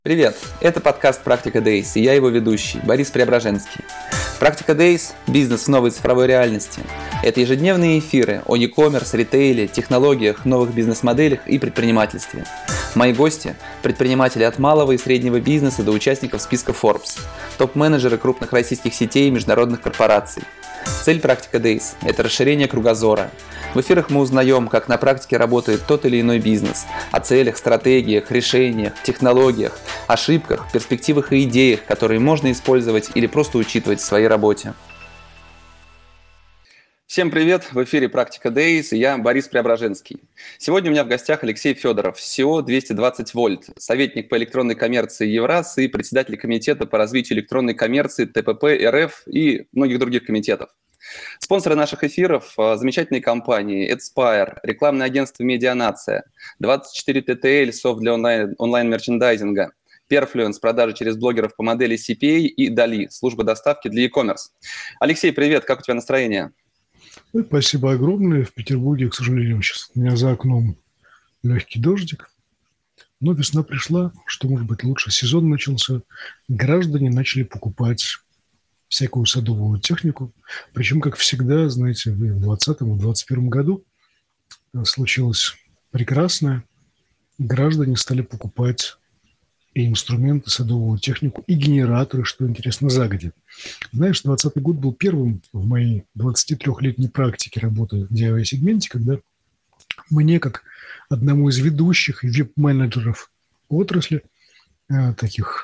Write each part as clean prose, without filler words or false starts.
Привет! Это подкаст «Практика Days» и я его ведущий, Борис Преображенский. «Практика Days» – бизнес в новой цифровой реальности. Это ежедневные эфиры о e-commerce, ритейле, технологиях, новых бизнес-моделях и предпринимательстве. Мои гости – предприниматели от малого и среднего бизнеса до участников списка Forbes, топ-менеджеры крупных российских сетей и международных корпораций. Цель «Практика Days» – это расширение кругозора. В эфирах мы узнаем, как на практике работает тот или иной бизнес, о целях, стратегиях, решениях, технологиях, ошибках, перспективах и идеях, которые можно использовать или просто учитывать в своей работе. Всем привет! В эфире «Практика Days» и я, Борис Преображенский. Сегодня у меня в гостях Алексей Федоров, SEO 220 Вольт, советник по электронной коммерции Евраз и председатель комитета по развитию электронной коммерции ТПП РФ и многих других комитетов. Спонсоры наших эфиров – замечательные компании Adspire, рекламное агентство «Медианация», 24TTL, софт для онлайн-мерчендайзинга, Perfluence, продажи через блогеров по модели CPA и Dali, служба доставки для e-commerce. Алексей, привет, как у тебя настроение? Спасибо огромное. В Петербурге, к сожалению, сейчас у меня за окном легкий дождик. Но весна пришла, что может быть лучше. Сезон начался. Граждане начали покупать всякую садовую технику. Причем, как всегда, знаете, в 2020 и 2021 году случилось прекрасное. Граждане стали покупать и инструменты, садовую технику, и генераторы, что интересно, загодя. Знаешь, 2020 год был первым в моей 23-летней практике работы в DIY-сегменте, когда мне, как одному из ведущих и вип-менеджеров отрасли, таких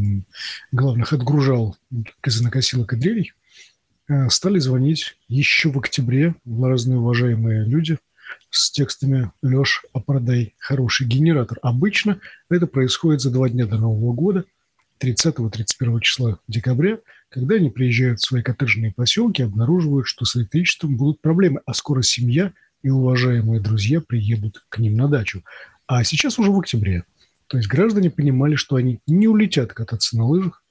главных отгружал газонокосилок и дрелей, стали звонить еще в октябре разные уважаемые люди с текстами: «Леш, а продай хороший генератор». Обычно это происходит за 2 дня до Нового года, 30-31 числа декабря, когда они приезжают в свои коттеджные поселки и обнаруживают, что с электричеством будут проблемы, а скоро семья и уважаемые друзья приедут к ним на дачу. А сейчас уже в октябре. То есть граждане понимали, что они не улетят кататься на лыжах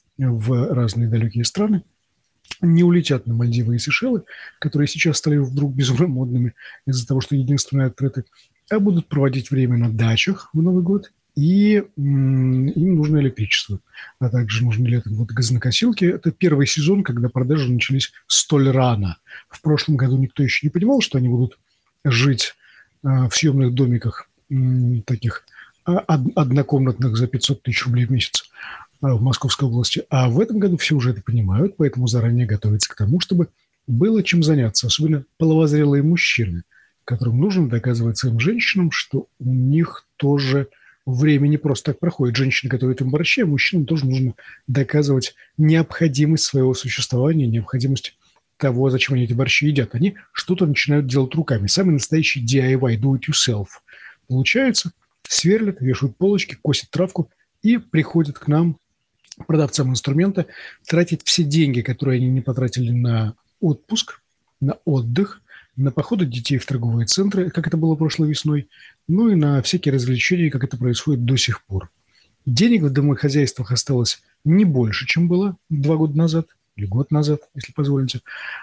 в разные далекие страны, не улетят на Мальдивы и Сейшелы, которые сейчас стали вдруг безумно модными из-за того, что единственные открыты, а будут проводить время на дачах в Новый год, и им нужно электричество. А также нужны летом газонокосилки. Это первый сезон, когда продажи начались столь рано. В прошлом году никто еще не понимал, что они будут жить в съемных домиках таких однокомнатных за 500 тысяч рублей в месяц в Московской области. А в этом году все уже это понимают, поэтому заранее готовятся к тому, чтобы было чем заняться. Особенно половозрелые мужчины, которым нужно доказывать своим женщинам, что у них тоже время не просто так проходит. Женщины готовят им борщи, а мужчинам тоже нужно доказывать необходимость своего существования, необходимость того, зачем они эти борщи едят. Они что-то начинают делать руками. Самый настоящий DIY, do it yourself. Получается, сверлят, вешают полочки, косят травку и приходят к нам, продавцам инструмента, тратить все деньги, которые они не потратили на отпуск, на отдых, на походы детей в торговые центры, как это было прошлой весной, ну и на всякие развлечения, как это происходит до сих пор. Денег в домохозяйствах осталось не больше, чем было 2 года назад, или год назад, если позволите.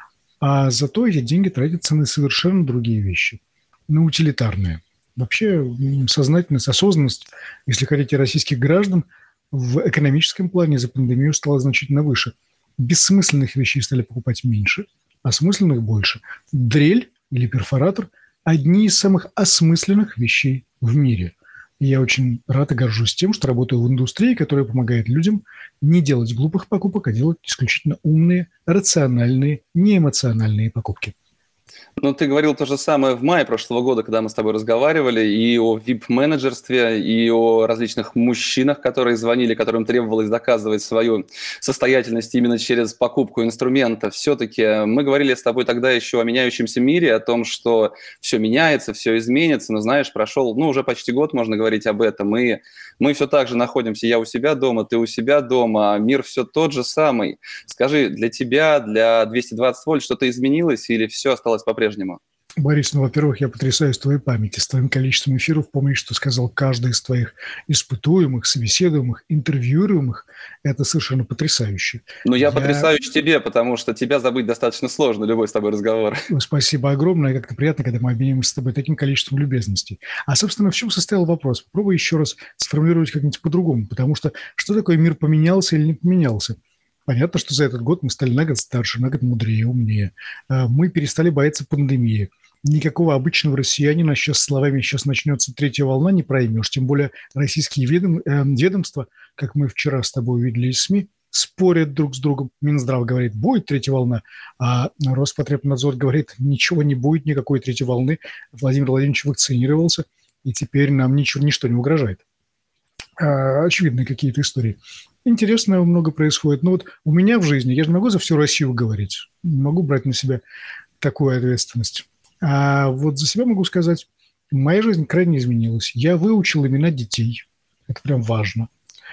А зато эти деньги тратятся на совершенно другие вещи, на утилитарные. Вообще сознательность, осознанность, если хотите, российских граждан в экономическом плане за пандемию стала значительно выше. Бессмысленных вещей стали покупать меньше, осмысленных больше. Дрель или перфоратор – одни из самых осмысленных вещей в мире. И я очень рад и горжусь тем, что работаю в индустрии, которая помогает людям не делать глупых покупок, а делать исключительно умные, рациональные, неэмоциональные покупки. Ну, ты говорил то же самое в мае прошлого года, когда мы с тобой разговаривали, и о VIP-менеджерстве, и о различных мужчинах, которые звонили, которым требовалось доказывать свою состоятельность именно через покупку инструмента. Все-таки мы говорили с тобой тогда еще о меняющемся мире, о том, что все меняется, все изменится. Но, знаешь, прошел, уже почти год, можно говорить об этом, и мы все так же находимся, я у себя дома, ты у себя дома, мир все тот же самый. Скажи, для тебя, для 220 вольт что-то изменилось или все осталось по-прежнему? Борис, ну, во-первых, я потрясаюсь твоей памяти, с твоим количеством эфиров. Помнишь, что сказал каждый из твоих испытуемых, собеседуемых, интервьюируемых. Это совершенно потрясающе. Но я потрясаюсь тебе, потому что тебя забыть достаточно сложно, любой с тобой разговор. Спасибо огромное. Как-то приятно, когда мы обмениваемся с тобой таким количеством любезностей. А, собственно, в чем состоял вопрос? Попробуй еще раз сформулировать как-нибудь по-другому, потому что такое мир поменялся или не поменялся? Понятно, что за этот год мы стали на год старше, на год мудрее, умнее. Мы перестали бояться пандемии. Никакого обычного россиянина сейчас словами «сейчас начнется третья волна» не проймешь. Тем более российские ведомства, как мы вчера с тобой увидели из СМИ, спорят друг с другом. Минздрав говорит, будет третья волна, а Роспотребнадзор говорит, ничего не будет, никакой третьей волны. Владимир Владимирович вакцинировался, и теперь нам ничто не угрожает. Очевидные какие-то истории. Интересно много происходит. Но вот у меня в жизни, я же не могу за всю Россию говорить, не могу брать на себя такую ответственность. А вот за себя могу сказать, моя жизнь крайне изменилась. Я выучил имена детей. Это прям важно.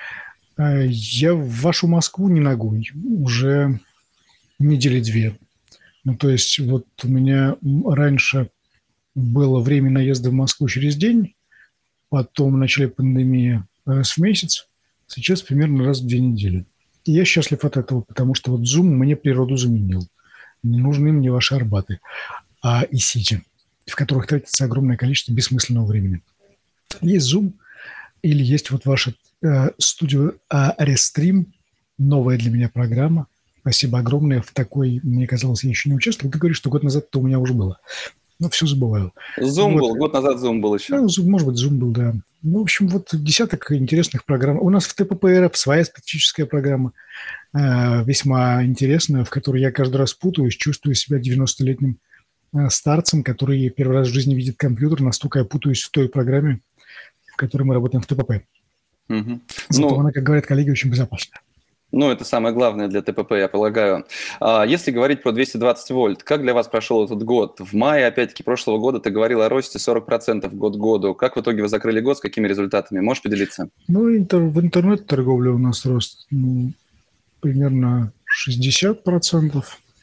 Я в вашу Москву не ногой. Уже недели 2. Ну, то есть вот у меня раньше было время наезда в Москву через день, потом в начале пандемии раз в месяц, сейчас примерно раз в 2 недели. И я счастлив от этого, потому что вот Zoom мне природу заменил. Не нужны мне ваши Арбаты и Сити, в которых тратится огромное количество бессмысленного времени. Есть Zoom или есть вот ваша студия Restream, новая для меня программа. Спасибо огромное. В такой, мне казалось, я еще не участвовал. Ты говоришь, что год назад это у меня уже было. Ну, все забываю. Zoom вот. Был, год назад Zoom был еще. Ну, может быть, Zoom был, да. Ну, в общем, вот десяток интересных программ. У нас в ТПП-РФ своя специфическая программа, весьма интересная, в которой я каждый раз путаюсь, чувствую себя 90-летним старцем, который первый раз в жизни видит компьютер, настолько я путаюсь в той программе, в которой мы работаем в ТПП. Угу. Зато она, как говорят коллеги, очень безопасна. Ну, это самое главное для ТПП, я полагаю. Если говорить про 220 вольт, как для вас прошел этот год? В мае, опять-таки, прошлого года ты говорил о росте 40% год к году. Как в итоге вы закрыли год, с какими результатами? Можешь поделиться? Ну, в интернет-торговле у нас рост примерно 60%,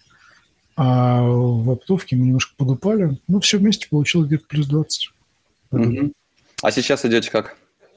а в оптовке мы немножко подупали. Ну, все вместе получилось где-то плюс 20. Угу. А сейчас идете как?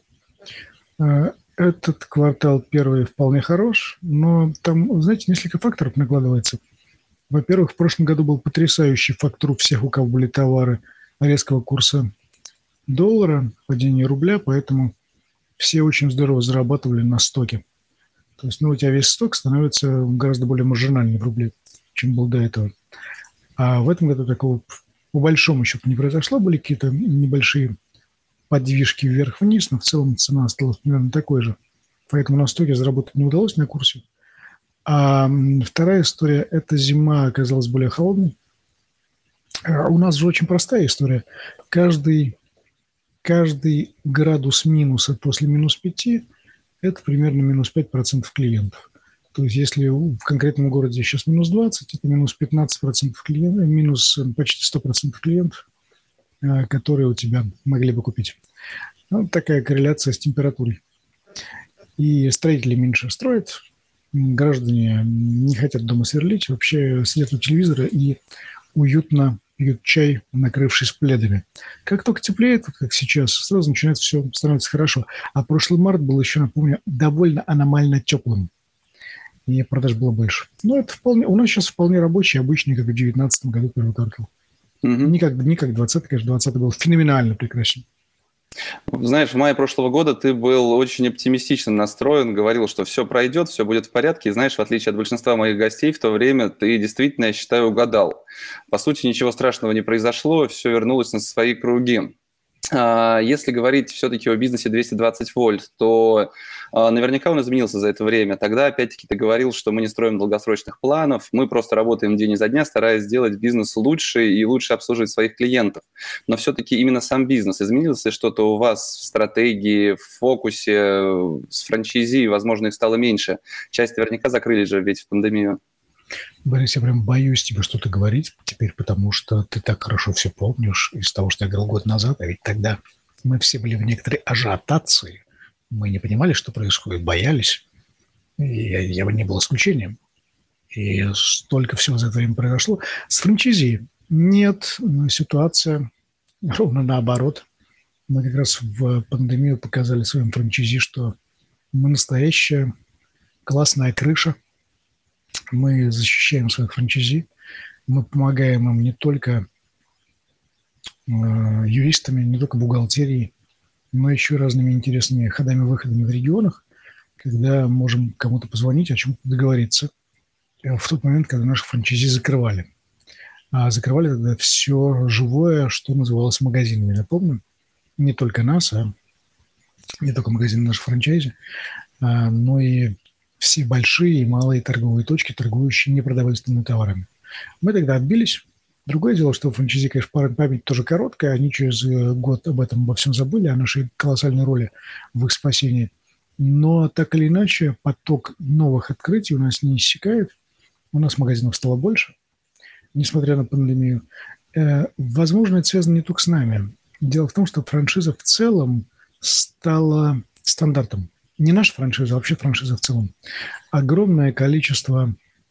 Этот квартал первый вполне хорош, но там, знаете, несколько факторов накладывается. Во-первых, в прошлом году был потрясающий фактор у всех, у кого были товары резкого курса доллара, падения рубля, поэтому все очень здорово зарабатывали на стоке. То есть, у тебя весь сток становится гораздо более маржинальный в рубле, чем был до этого. А в этом году такого по большому счету не произошло, были какие-то небольшие подвижки вверх-вниз, но в целом цена осталась примерно такой же. Поэтому на стоке заработать не удалось на курсе. А вторая история – это зима оказалась более холодной. У нас же очень простая история. Каждый градус минуса после минус 5 – это примерно минус 5% клиентов. То есть если в конкретном городе сейчас минус 20, это минус 15% клиентов, минус почти 100% клиентов, которые у тебя могли бы купить. Ну, такая корреляция с температурой. И строители меньше строят, граждане не хотят дома сверлить, вообще сидят у телевизора и уютно пьют чай, накрывшись пледами. Как только теплеет, как сейчас, сразу начинает все становиться хорошо. А прошлый март был еще, напомню, довольно аномально теплым. И продаж было больше. Но это вполне, у нас сейчас вполне рабочий, обычный, как в 2019 году первый квартал. Не как 2020, конечно, 2020 был феноменально прекрасен. Знаешь, в мае прошлого года ты был очень оптимистично настроен, говорил, что все пройдет, все будет в порядке. И знаешь, в отличие от большинства моих гостей, в то время ты действительно, я считаю, угадал. По сути, ничего страшного не произошло, все вернулось на свои круги. Если говорить все-таки о бизнесе 220 вольт, то наверняка он изменился за это время. Тогда, опять-таки, ты говорил, что мы не строим долгосрочных планов, мы просто работаем день изо дня, стараясь сделать бизнес лучше и лучше обслуживать своих клиентов. Но все-таки именно сам бизнес. Изменилось ли что-то у вас в стратегии, в фокусе, с франчайзи? Возможно, их стало меньше. Часть наверняка закрыли же ведь в пандемию. Борис, я прям боюсь тебе что-то говорить теперь, потому что ты так хорошо все помнишь из того, что я говорил год назад, а ведь тогда мы все были в некоторой ажиотации, мы не понимали, что происходит, боялись, и я бы не был исключением. И столько всего за это время произошло. С франчайзи Нет, ситуация ровно наоборот. Мы как раз в пандемию показали своим франчайзи, что мы настоящая классная крыша. Мы защищаем своих франчайзи. Мы помогаем им не только юристами, не только бухгалтерией, но еще и разными интересными ходами-выходами в регионах, когда можем кому-то позвонить, о чем-то договориться. В тот момент, когда наши франчайзи закрывали. А закрывали тогда все живое, что называлось магазинами. Напомню, не только нас, не только магазины наших франчайзи, но и все большие и малые торговые точки, торгующие непродовольственными товарами. Мы тогда отбились. Другое дело, что франчайзи, конечно, память тоже короткая. Они через год об этом обо всем забыли, о нашей колоссальной роли в их спасении. Но так или иначе, поток новых открытий у нас не иссякает. У нас магазинов стало больше, несмотря на пандемию. Возможно, это связано не только с нами. Дело в том, что франшиза в целом стала стандартом. Не наша франшиза, а вообще франшиза в целом. Огромное количество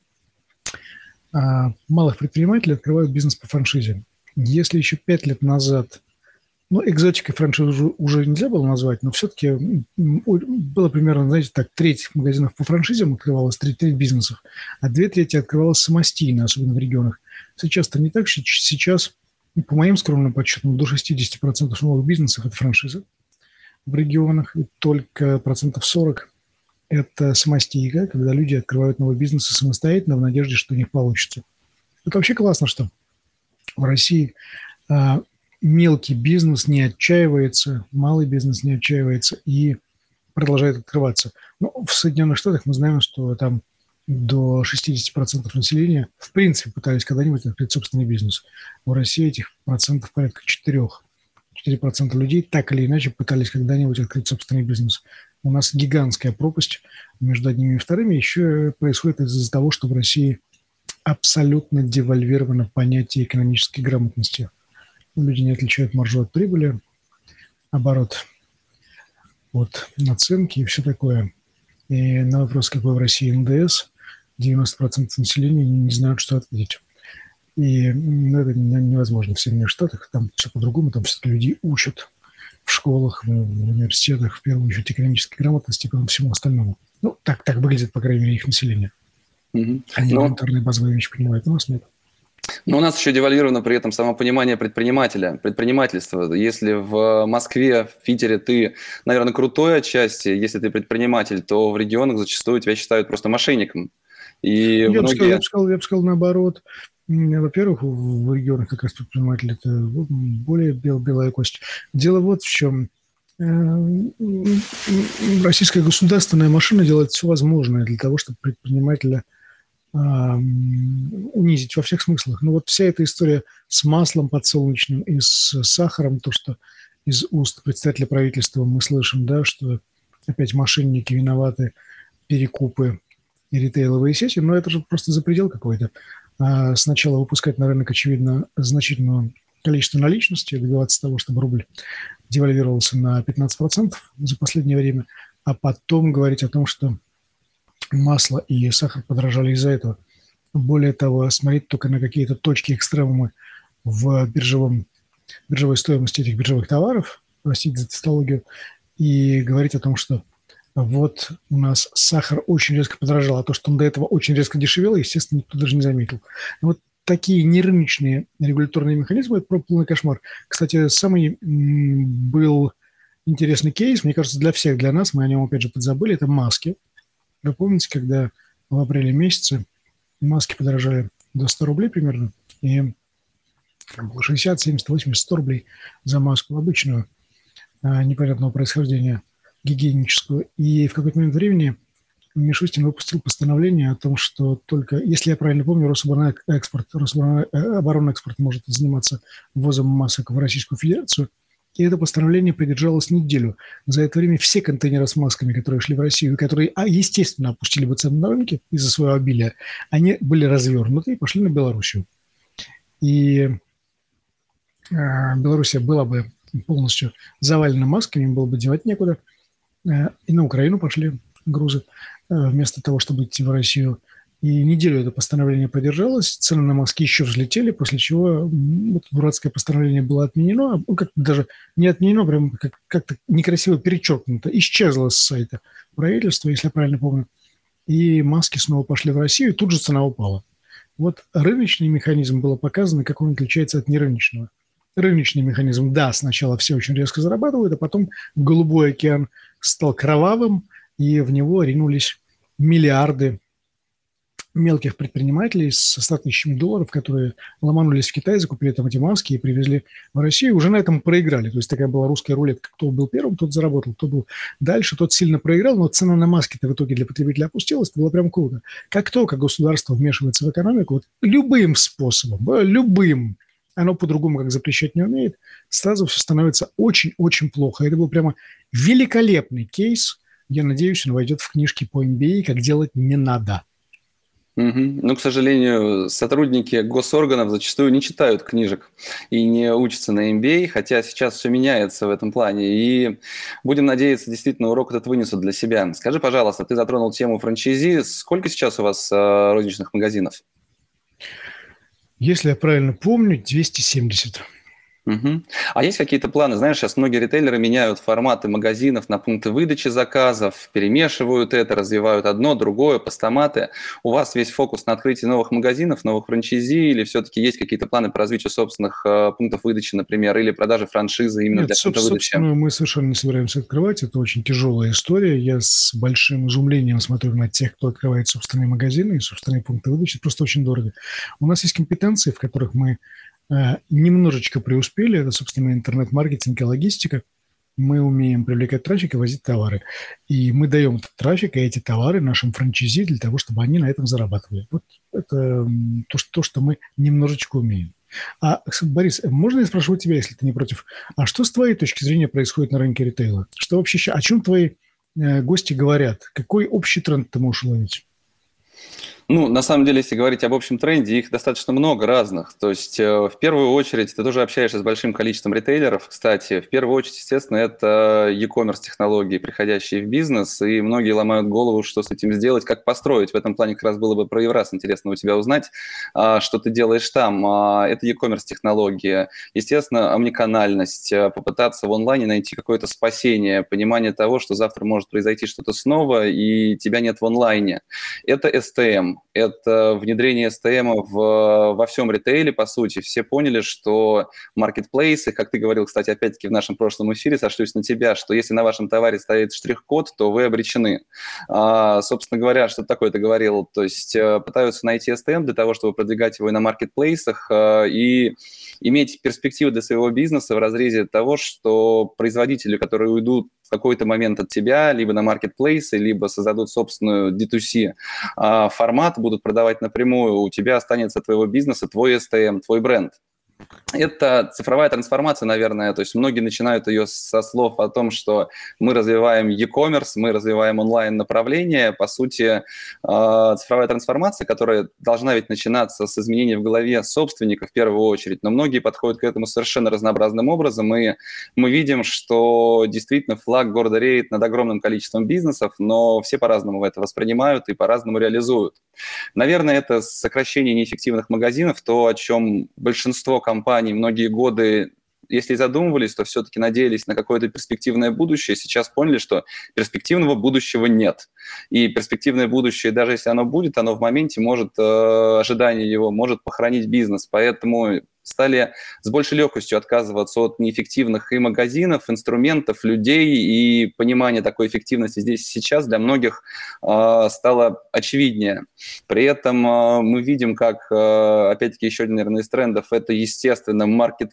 малых предпринимателей открывают бизнес по франшизе. Если еще 5 лет назад, экзотикой франшизу уже нельзя было назвать, но все-таки было примерно, знаете, так, треть магазинов по франшизам открывалось, треть бизнесов, а 2/3 открывалось самостийно, особенно в регионах. Сейчас-то не так. Сейчас, по моим скромным подсчетам, до 60% новых бизнесов – это франшиза в регионах, и только 40% – это самостийка, когда люди открывают новые бизнесы самостоятельно в надежде, что у них получится. Это вообще классно, что в России мелкий бизнес не отчаивается, малый бизнес не отчаивается и продолжает открываться. Но в Соединенных Штатах мы знаем, что там до 60% населения в принципе пытались когда-нибудь открыть собственный бизнес. В России этих процентов порядка 4%. 4% людей так или иначе пытались когда-нибудь открыть собственный бизнес. У нас гигантская пропасть между одними и вторыми еще происходит из-за того, что в России абсолютно девальвировано понятие экономической грамотности. Люди не отличают маржу от прибыли, оборот от наценки и все такое. И на вопрос, какой в России НДС, 90% населения не знают, что ответить. И это невозможно в Соединенных Штатах. Там все по-другому. Там все-таки людей учат в школах, в университетах, в первую очередь, экономической грамотности и потом всему остальному. Так выглядит, по крайней мере, их население. Они элементарные базовые вещи понимают, у нас нет. Но у нас еще девальвировано при этом само понимание предпринимательства. Если в Москве, в Питере ты, наверное, крутой отчасти, если ты предприниматель, то в регионах зачастую тебя считают просто мошенником. И я бы сказал наоборот. Во-первых, в регионах как раз предприниматели – это более белая кость. Дело вот в чем. Российская государственная машина делает все возможное для того, чтобы предпринимателя унизить во всех смыслах. Вся эта история с маслом подсолнечным и с сахаром, то, что из уст представителя правительства мы слышим, да, что опять мошенники виноваты, перекупы и ритейловые сети, но это же просто запредел какой-то. Сначала выпускать на рынок, очевидно, значительное количество наличности, добиваться того, чтобы рубль девальвировался на 15% за последнее время, а потом говорить о том, что масло и сахар подорожали из-за этого. Более того, смотреть только на какие-то точки экстремумы в биржевой стоимости этих биржевых товаров, простите за тавтологию, и говорить о том, что вот у нас сахар очень резко подорожал, а то, что он до этого очень резко дешевел, естественно, никто даже не заметил. Такие нерыночные регуляторные механизмы – это полный кошмар. Кстати, самый был интересный кейс, мне кажется, для всех, для нас, мы о нем опять же подзабыли, это маски. Вы помните, когда в апреле месяце маски подорожали до 100 рублей примерно, и было 60, 70, 80, 100 рублей за маску обычную, непонятного происхождения, гигиеническую. И в какой-то момент времени Мишустин выпустил постановление о том, что только, если я правильно помню, Рособоронэкспорт может заниматься ввозом масок в Российскую Федерацию, и это постановление придержалось неделю. За это время все контейнеры с масками, которые шли в Россию, которые, естественно, опустили бы цены на рынке из-за своего обилия, они были развернуты и пошли на Белоруссию. И Белоруссия была бы полностью завалена масками, им было бы девать некуда. И на Украину пошли грузы вместо того, чтобы идти в Россию. И неделю это постановление поддержалось, цены на маски еще взлетели, после чего вот дурацкое постановление было отменено, ну, как даже не отменено, прям как-то некрасиво перечеркнуто, исчезло с сайта правительства, если я правильно помню, и маски снова пошли в Россию, и тут же цена упала. Вот рыночный механизм было показано, как он отличается от нерыночного. Рыночный механизм, да, сначала все очень резко зарабатывают, а потом голубой океан стал кровавым, и в него ринулись миллиарды мелких предпринимателей со 100 тысячами долларов, которые ломанулись в Китай, закупили там эти маски и привезли в Россию, уже на этом проиграли. То есть такая была русская рулетка. Кто был первым, тот заработал, кто был дальше, тот сильно проиграл, но цена на маски-то в итоге для потребителя опустилась, это было прям круто. Как только государство вмешивается в экономику, вот любым способом, любым, оно по-другому как запрещать не умеет, сразу все становится очень-очень плохо. Это был прямо великолепный кейс. Я надеюсь, он войдет в книжки по MBA, как делать не надо. Мгм. Ну, к сожалению, сотрудники госорганов зачастую не читают книжек и не учатся на MBA, хотя сейчас все меняется в этом плане. И будем надеяться, действительно, урок этот вынесут для себя. Скажи, пожалуйста, ты затронул тему франчайзи. Сколько сейчас у вас розничных магазинов? Если я правильно помню, 270. Мгм. А есть какие-то планы? Знаешь, сейчас многие ритейлеры меняют форматы магазинов на пункты выдачи заказов, перемешивают это, развивают одно, другое, постаматы. У вас весь фокус на открытии новых магазинов, новых франчайзи, или все-таки есть какие-то планы по развитию собственных пунктов выдачи, например, или продажи франшизы именно Нет, для пункта выдачи? собственно, мы совершенно не собираемся открывать. Это очень тяжелая история. Я с большим изумлением смотрю на тех, кто открывает собственные магазины и собственные пункты выдачи. Это просто очень дорого. У нас есть компетенции, в которых мы немножечко преуспели. Это, собственно, интернет-маркетинг и логистика. Мы умеем привлекать трафик и возить товары. И мы даем этот трафик и эти товары нашим франчайзи для того, чтобы они на этом зарабатывали. Вот это то, что мы немножечко умеем. Борис, можно я спрошу тебя, если ты не против, а что с твоей точки зрения происходит на рынке ритейла? Что вообще, о чем твои гости говорят? Какой общий тренд ты можешь уловить? Ну, на самом деле, если говорить об общем тренде, их достаточно много разных. То есть, в первую очередь, ты тоже общаешься с большим количеством ритейлеров. Кстати, в первую очередь, естественно, это e-commerce технологии, приходящие в бизнес, и многие ломают голову, что с этим сделать, как построить. В этом плане как раз было бы про Евраз интересно у тебя узнать, что ты делаешь там. Это e-commerce технология. Естественно, омниканальность, попытаться в онлайне найти какое-то спасение, понимание того, что завтра может произойти что-то снова, и тебя нет в онлайне. Это STM. Это внедрение STM во всем ритейле, по сути. Все поняли, что маркетплейсы, как ты говорил, кстати, опять-таки в нашем прошлом эфире, сошлюсь на тебя, что если на вашем товаре стоит штрих-код, то вы обречены. Собственно говоря, что такое ты говорил? То есть пытаются найти STM для того, чтобы продвигать его и на маркетплейсах, и иметь перспективы для своего бизнеса в разрезе того, что производители, которые уйдут в какой-то момент от тебя, либо на маркетплейсы, либо создадут собственную D2C формат, будут продавать напрямую, у тебя останется твоего бизнеса, твой STM, твой бренд. Это цифровая трансформация, наверное, то есть многие начинают ее со слов о том, что мы развиваем e-commerce, мы развиваем онлайн-направление. По сути, цифровая трансформация, которая должна ведь начинаться с изменений в голове собственника в первую очередь, но многие подходят к этому совершенно разнообразным образом, и мы видим, что действительно флаг города реет над огромным количеством бизнесов, но все по-разному это воспринимают и по-разному реализуют. Наверное, это сокращение неэффективных магазинов, то, о чем большинство компаний многие годы, если задумывались, то все-таки надеялись на какое-то перспективное будущее, сейчас поняли, что перспективного будущего нет. И перспективное будущее, даже если оно будет, оно в моменте может, ожидание его может похоронить бизнес. Поэтому стали с большей легкостью отказываться от неэффективных и магазинов, инструментов, людей, и понимание такой эффективности здесь и сейчас для многих стало очевиднее. При этом мы видим, как, опять-таки, еще один, наверное, из трендов – это, естественно,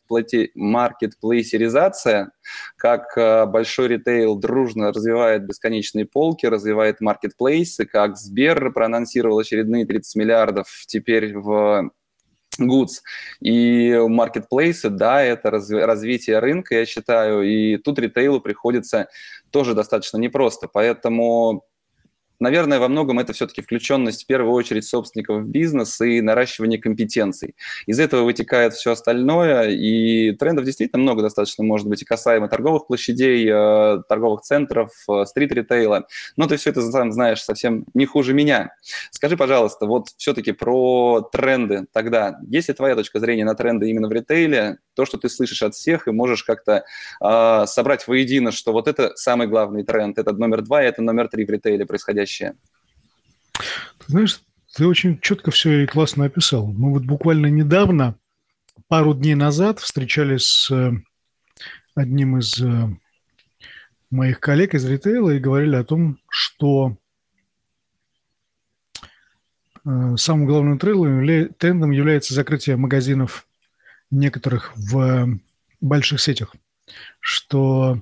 маркетплейсеризация, как большой ритейл дружно развивает бесконечные полки, развивает маркетплейсы, как Сбер проанонсировал очередные 30 миллиардов теперь в goods и маркетплейсы, да, это развитие рынка, я считаю, и тут ритейлу приходится тоже достаточно непросто, поэтому наверное, во многом это все-таки включенность в первую очередь собственников в бизнес и наращивание компетенций. Из этого вытекает все остальное, и трендов действительно много достаточно, может быть, и касаемо торговых площадей, торговых центров, стрит-ритейла. Но ты все это сам знаешь совсем не хуже меня. Скажи, пожалуйста, вот все-таки про тренды тогда. Есть ли твоя точка зрения на тренды именно в ритейле? То, что ты слышишь от всех, и можешь как-то собрать воедино, что вот это самый главный тренд, это номер 2, это номер 3 в ритейле происходящее. Ты знаешь, ты очень четко все и классно описал. Мы вот буквально недавно, пару дней назад, встречались с одним из моих коллег из ритейла и говорили о том, что самым главным трендом является закрытие магазинов некоторых в больших сетях, что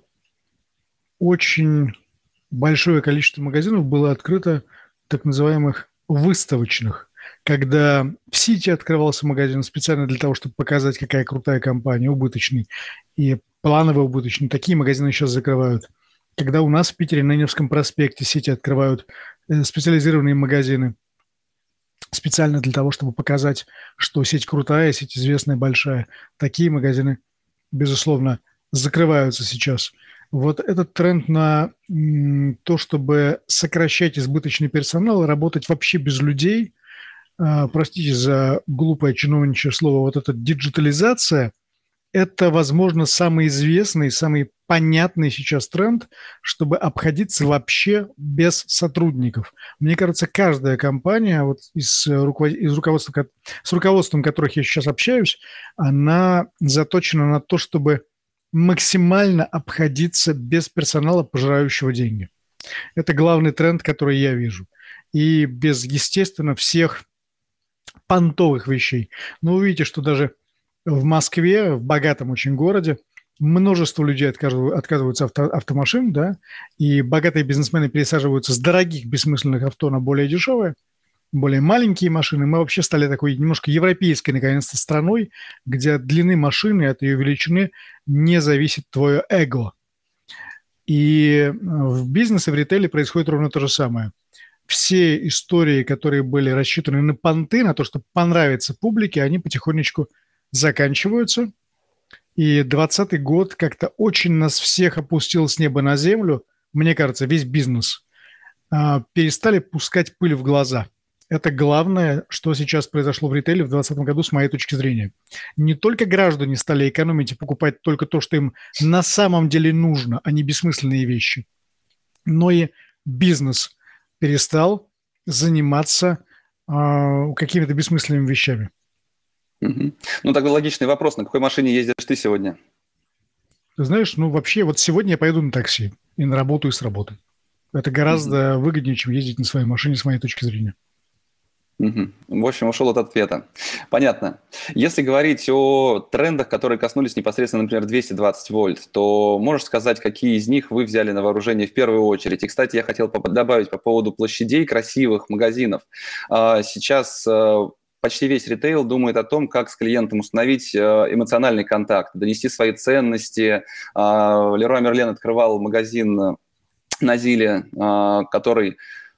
очень большое количество магазинов было открыто так называемых выставочных, когда в Сити открывался магазин специально для того, чтобы показать, какая крутая компания, убыточный и планово убыточный. Такие магазины сейчас закрывают. Когда у нас в Питере на Невском проспекте Сити открывают специализированные магазины специально для того, чтобы показать, что сеть крутая, сеть известная, большая. Такие магазины, безусловно, закрываются сейчас. Вот этот тренд на то, чтобы сокращать избыточный персонал, работать вообще без людей, простите за глупое чиновничье слово, вот эта диджитализация, это, возможно, самый известный, самый понятный сейчас тренд, чтобы обходиться вообще без сотрудников. Мне кажется, каждая компания вот из руководства, с руководством которых я сейчас общаюсь, она заточена на то, чтобы максимально обходиться без персонала, пожирающего деньги. Это главный тренд, который я вижу. И без, естественно, всех понтовых вещей. Но вы видите, что даже в Москве, в богатом очень городе, множество людей отказываются от автомашин, да, и богатые бизнесмены пересаживаются с дорогих бессмысленных авто на более дешевые, более маленькие машины. Мы вообще стали такой немножко европейской, наконец-то, страной, где от длины машины, от ее величины не зависит твое эго. И в бизнесе, в ритейле происходит ровно то же самое. Все истории, которые были рассчитаны на понты, на то, чтобы понравиться публике, они потихонечку заканчиваются. И 2020 год как-то очень нас всех опустил с неба на землю. Мне кажется, весь бизнес. Перестали пускать пыль в глаза. Это главное, что сейчас произошло в ритейле в 2020 году, с моей точки зрения. Не только граждане стали экономить и покупать только то, что им на самом деле нужно, а не бессмысленные вещи, но и бизнес перестал заниматься какими-то бессмысленными вещами. Угу. Ну, тогда логичный вопрос. На какой машине ездишь ты сегодня? Ты знаешь, ну, вообще, вот сегодня я поеду на такси и на работу, и с работы. Это гораздо выгоднее, чем ездить на своей машине, с моей точки зрения. Угу. В общем, ушел от ответа. Понятно. Если говорить о трендах, которые коснулись непосредственно, например, 220 вольт, то можешь сказать, какие из них вы взяли на вооружение в первую очередь? И, кстати, я хотел добавить по поводу площадей красивых магазинов. Сейчас почти весь ритейл думает о том, как с клиентом установить эмоциональный контакт, донести свои ценности. Леруа Мерлен открывал магазин на Зиле, который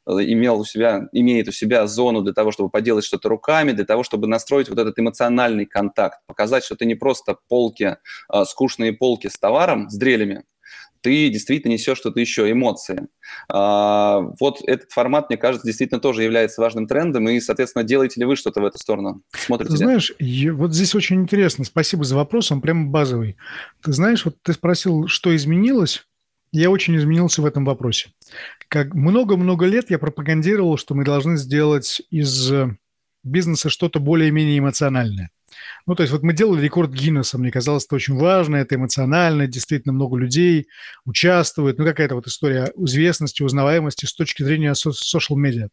имеет у себя зону для того, чтобы поделать что-то руками, для того, чтобы настроить вот этот эмоциональный контакт, показать, что ты не просто полки, скучные полки с товаром, с дрелями, ты действительно несешь что-то еще, эмоции. Вот этот формат, мне кажется, действительно тоже является важным трендом, и, соответственно, делаете ли вы что-то в эту сторону? Смотрите Ты знаешь, вот здесь очень интересно, спасибо за вопрос, он прямо базовый. Ты знаешь, вот ты спросил, что изменилось, я очень изменился в этом вопросе. Как много-много лет я пропагандировал, что мы должны сделать из бизнеса что-то более-менее эмоциональное. Ну, то есть вот мы делали рекорд Гиннесса, мне казалось, это очень важно, это эмоционально, действительно много людей участвует, ну, какая-то вот история известности, узнаваемости с точки зрения social-медиа.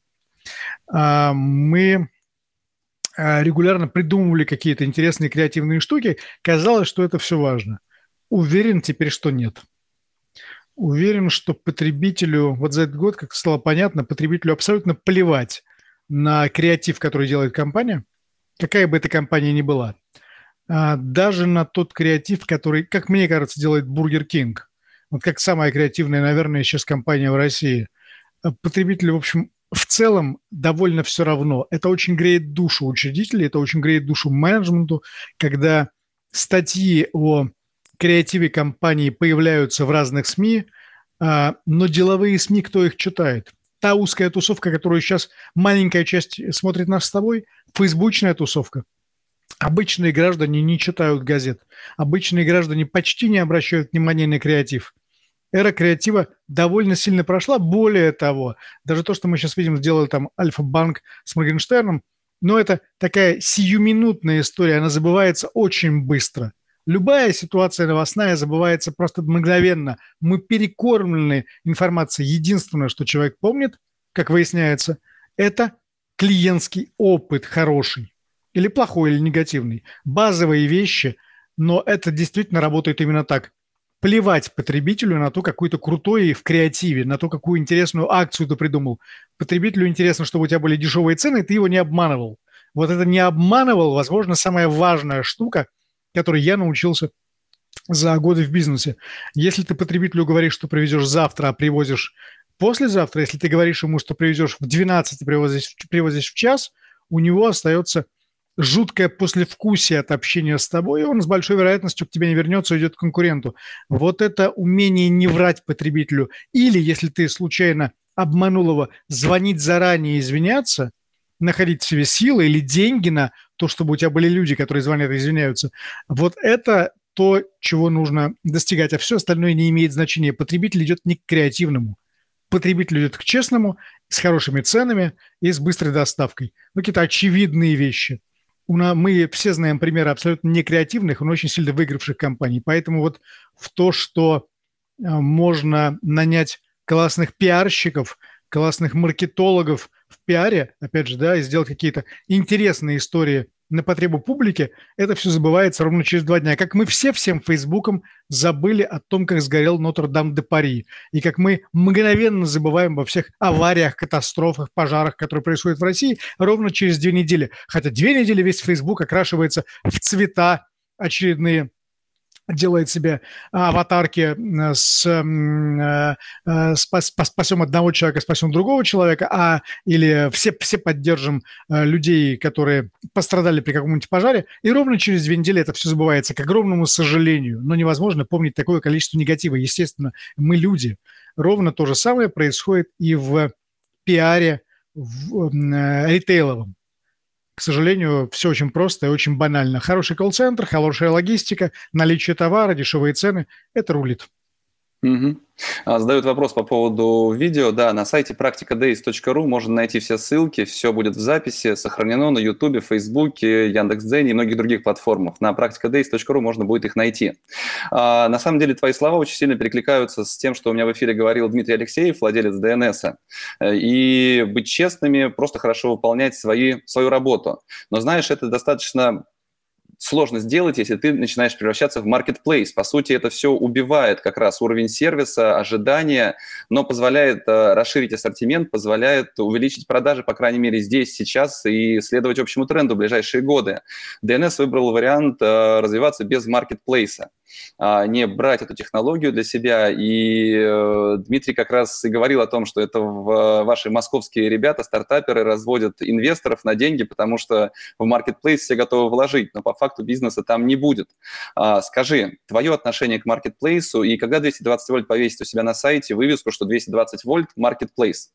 Мы регулярно придумывали какие-то интересные креативные штуки, казалось, что это все важно. Уверен теперь, что нет. Уверен, что потребителю, вот за этот год, как стало понятно, потребителю абсолютно плевать на креатив, который делает компания, какая бы эта компания ни была. Даже на тот креатив, который, как мне кажется, делает Бургер Кинг. Вот как самая креативная, наверное, сейчас компания в России. потребителю, в общем, в целом довольно все равно. Это очень греет душу учредителей, это очень греет душу менеджменту, когда статьи о креативе компании появляются в разных СМИ, но деловые СМИ, кто их читает? Та узкая тусовка, которую сейчас маленькая часть смотрит нас с тобой, фейсбучная тусовка. Обычные граждане не читают газет. Обычные граждане почти не обращают внимания на креатив. Эра креатива довольно сильно прошла. Более того, даже то, что мы сейчас видим, сделали там Альфа-банк с Моргенштерном, но это такая сиюминутная история, она забывается очень быстро. Любая ситуация новостная забывается просто мгновенно. Мы перекормлены информацией. Единственное, что человек помнит, как выясняется, это клиентский опыт хороший. Или плохой, или негативный. Базовые вещи, но это действительно работает именно так. Плевать потребителю на то, какой ты крутой в креативе, на то, какую интересную акцию ты придумал. Потребителю интересно, чтобы у тебя были дешевые цены, и ты его не обманывал. Вот это не обманывал, возможно, самая важная штука, которой я научился за годы в бизнесе. Если ты потребителю говоришь, что привезешь завтра, а привозишь послезавтра, если ты говоришь ему, что привезешь в 12, а привозишь в час, у него остается жуткое послевкусие от общения с тобой, и он с большой вероятностью к тебе не вернется, уйдет к конкуренту. Вот это умение не врать потребителю. Или, если ты случайно обманул его, звонить заранее и извиняться, находить в себе силы или деньги на то, чтобы у тебя были люди, которые звонят и извиняются. Вот это то, чего нужно достигать, а все остальное не имеет значения. Потребитель идет не к креативному. Потребитель идет к честному, с хорошими ценами и с быстрой доставкой. Ну, какие-то очевидные вещи. Мы все знаем примеры абсолютно некреативных, но очень сильно выигравших компаний. Поэтому вот в то, что можно нанять классных пиарщиков, классных маркетологов в пиаре, опять же, да, и сделать какие-то интересные истории на потребу публики, это все забывается ровно через 2 дня. Как мы все всем Фейсбуком забыли о том, как сгорел Нотр-Дам-де-Пари. И как мы мгновенно забываем обо всех авариях, катастрофах, пожарах, которые происходят в России, ровно через 2 недели. Хотя 2 недели весь Фейсбук окрашивается в цвета очередные, делает себе аватарки спасем одного человека, спасем другого человека, или все поддержим людей, которые пострадали при каком-нибудь пожаре, и ровно через 2 недели это все забывается, к огромному сожалению. Но невозможно помнить такое количество негатива. Естественно, мы люди. Ровно то же самое происходит и в пиаре ритейловом. К сожалению, все очень просто и очень банально. Хороший колл-центр, хорошая логистика, наличие товара, дешевые цены – это рулит. Угу. Задают вопрос по поводу видео. Да, на сайте practicadays.ru можно найти все ссылки, все будет в записи, сохранено на YouTube, Фейсбуке, Яндекс.Дзене и многих других платформах. На practicadays.ru можно будет их найти. На самом деле твои слова очень сильно перекликаются с тем, что у меня в эфире говорил Дмитрий Алексеев, владелец DNS. И быть честными, просто хорошо выполнять свою работу. Но знаешь, это достаточно сложно сделать, если ты начинаешь превращаться в marketplace. По сути, это все убивает как раз уровень сервиса, ожидания, но позволяет расширить ассортимент, позволяет увеличить продажи, по крайней мере, здесь, сейчас, и следовать общему тренду в ближайшие годы. DNS выбрал вариант развиваться без маркетплейса, не брать эту технологию для себя. И Дмитрий как раз и говорил о том, что это ваши московские ребята, стартаперы, разводят инвесторов на деньги, потому что в маркетплейс все готовы вложить, но по факту бизнеса там не будет. Скажи, твое отношение к маркетплейсу, и когда 220 вольт повесить у себя на сайте вывеску, что 220 вольт маркетплейс?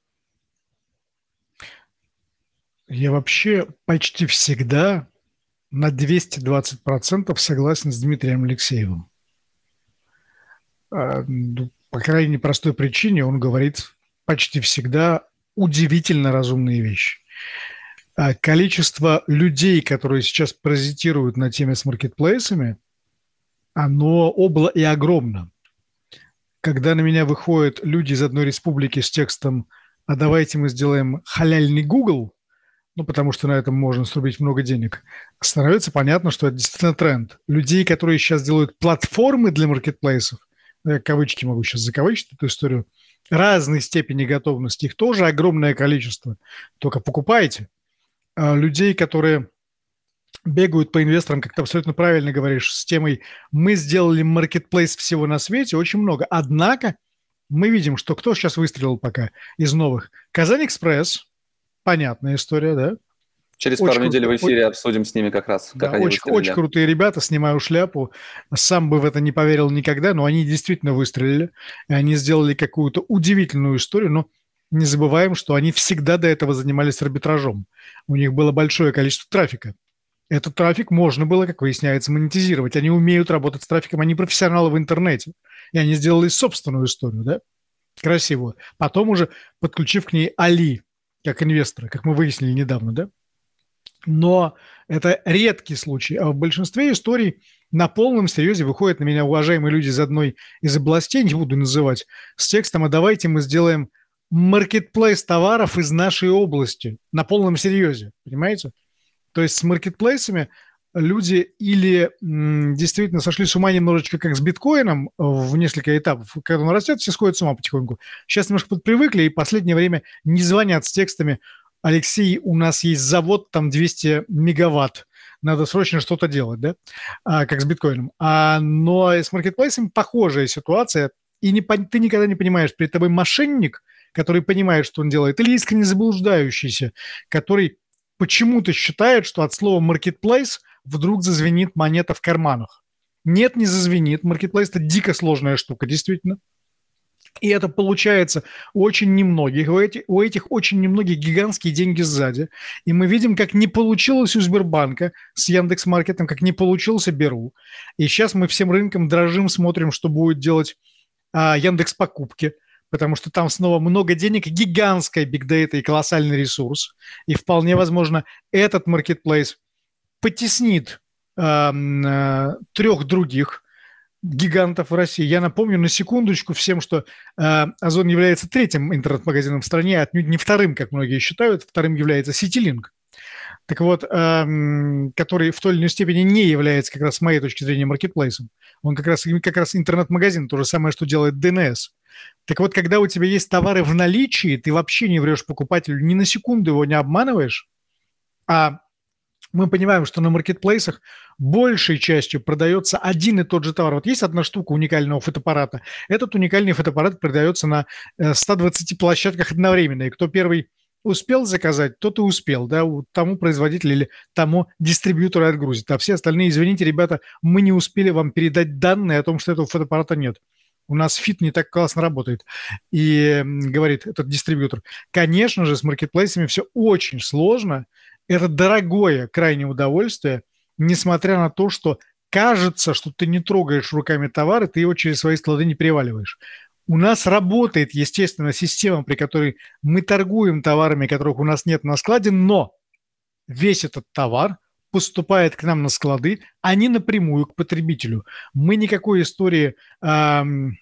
Я вообще почти всегда на 220% согласен с Дмитрием Алексеевым. По крайне простой причине он говорит почти всегда удивительно разумные вещи. Количество людей, которые сейчас паразитируют на теме с маркетплейсами, оно и огромно. Когда на меня выходят люди из одной республики с текстом «А давайте мы сделаем халяльный Google», потому что на этом можно срубить много денег, становится понятно, что это действительно тренд. Людей, которые сейчас делают платформы для маркетплейсов, я кавычки могу сейчас закавычить эту историю, разной степени готовности, их тоже огромное количество. Только покупайте. Людей, которые бегают по инвесторам, как ты абсолютно правильно говоришь, с темой «мы сделали маркетплейс всего на свете», очень много. Однако мы видим, что кто сейчас выстрелил пока из новых? Казань-Экспресс, понятная история, да? Через Очень пару недель круто. в эфире обсудим с ними как раз, Да, как они очень, очень выстрелили. крутые ребята, снимаю шляпу. Сам бы в это не поверил никогда, но они действительно выстрелили. И они сделали какую-то удивительную историю, но не забываем, что они всегда до этого занимались арбитражом. У них было большое количество трафика. Этот трафик можно было, как выясняется, монетизировать. Они умеют работать с трафиком, они профессионалы в интернете. И они сделали собственную историю, да, красивую. Потом уже подключив к ней Али, как инвестора, как мы выяснили недавно, да. Но это редкий случай. А в большинстве историй на полном серьезе выходят на меня уважаемые люди из одной из областей, не буду называть, с текстом: а давайте мы сделаем маркетплейс товаров из нашей области. На полном серьезе, понимаете? То есть с маркетплейсами люди или действительно сошли с ума немножечко, как с биткоином в несколько этапов. Когда он растет, все сходят с ума потихоньку. Сейчас немножко подпривыкли, и в последнее время не звонят с текстами: Алексей, у нас есть завод, там 200 мегаватт, надо срочно что-то делать, да, как с биткоином. Но с маркетплейсом похожая ситуация, и ты никогда не понимаешь, перед тобой мошенник, который понимает, что он делает, или искренне заблуждающийся, который почему-то считает, что от слова «маркетплейс» вдруг зазвенит монета в карманах. Нет, не зазвенит. Маркетплейс – это дико сложная штука, действительно. И это получается у очень немногих. У этих очень немногих гигантские деньги сзади. И мы видим, как не получилось у Сбербанка с Яндекс.Маркетом, как не получился Беру. И сейчас мы всем рынком дрожим, смотрим, что будет делать Яндекс.Покупки, потому что там снова много денег, гигантская бигдейта и колоссальный ресурс. И вполне возможно, этот маркетплейс потеснит 3 других гигантов в России. Я напомню на секундочку всем, что Озон является 3-м интернет-магазином в стране, отнюдь не 2-м, как многие считают. 2-м является Ситилинк. Так вот, который в той или иной степени не является, как раз с моей точки зрения, маркетплейсом. Он как раз интернет-магазин, то же самое, что делает DNS. Так вот, когда у тебя есть товары в наличии, ты вообще не врешь покупателю, ни на секунду его не обманываешь, а мы понимаем, что на маркетплейсах большей частью продается один и тот же товар. Вот есть одна штука уникального фотоаппарата. Этот уникальный фотоаппарат продается на 120 площадках одновременно. И кто первый успел заказать, тот и успел, да, тому производителю или тому дистрибьютору отгрузит. А все остальные: извините, ребята, мы не успели вам передать данные о том, что этого фотоаппарата нет. У нас фит не так классно работает. И говорит этот дистрибьютор. Конечно же, с маркетплейсами все очень сложно. Это дорогое крайнее удовольствие, несмотря на то, что кажется, что ты не трогаешь руками товар, и ты его через свои склады не переваливаешь. У нас работает, естественно, система, при которой мы торгуем товарами, которых у нас нет на складе, но весь этот товар поступает к нам на склады, а не напрямую к потребителю. Мы никакой истории fulfillment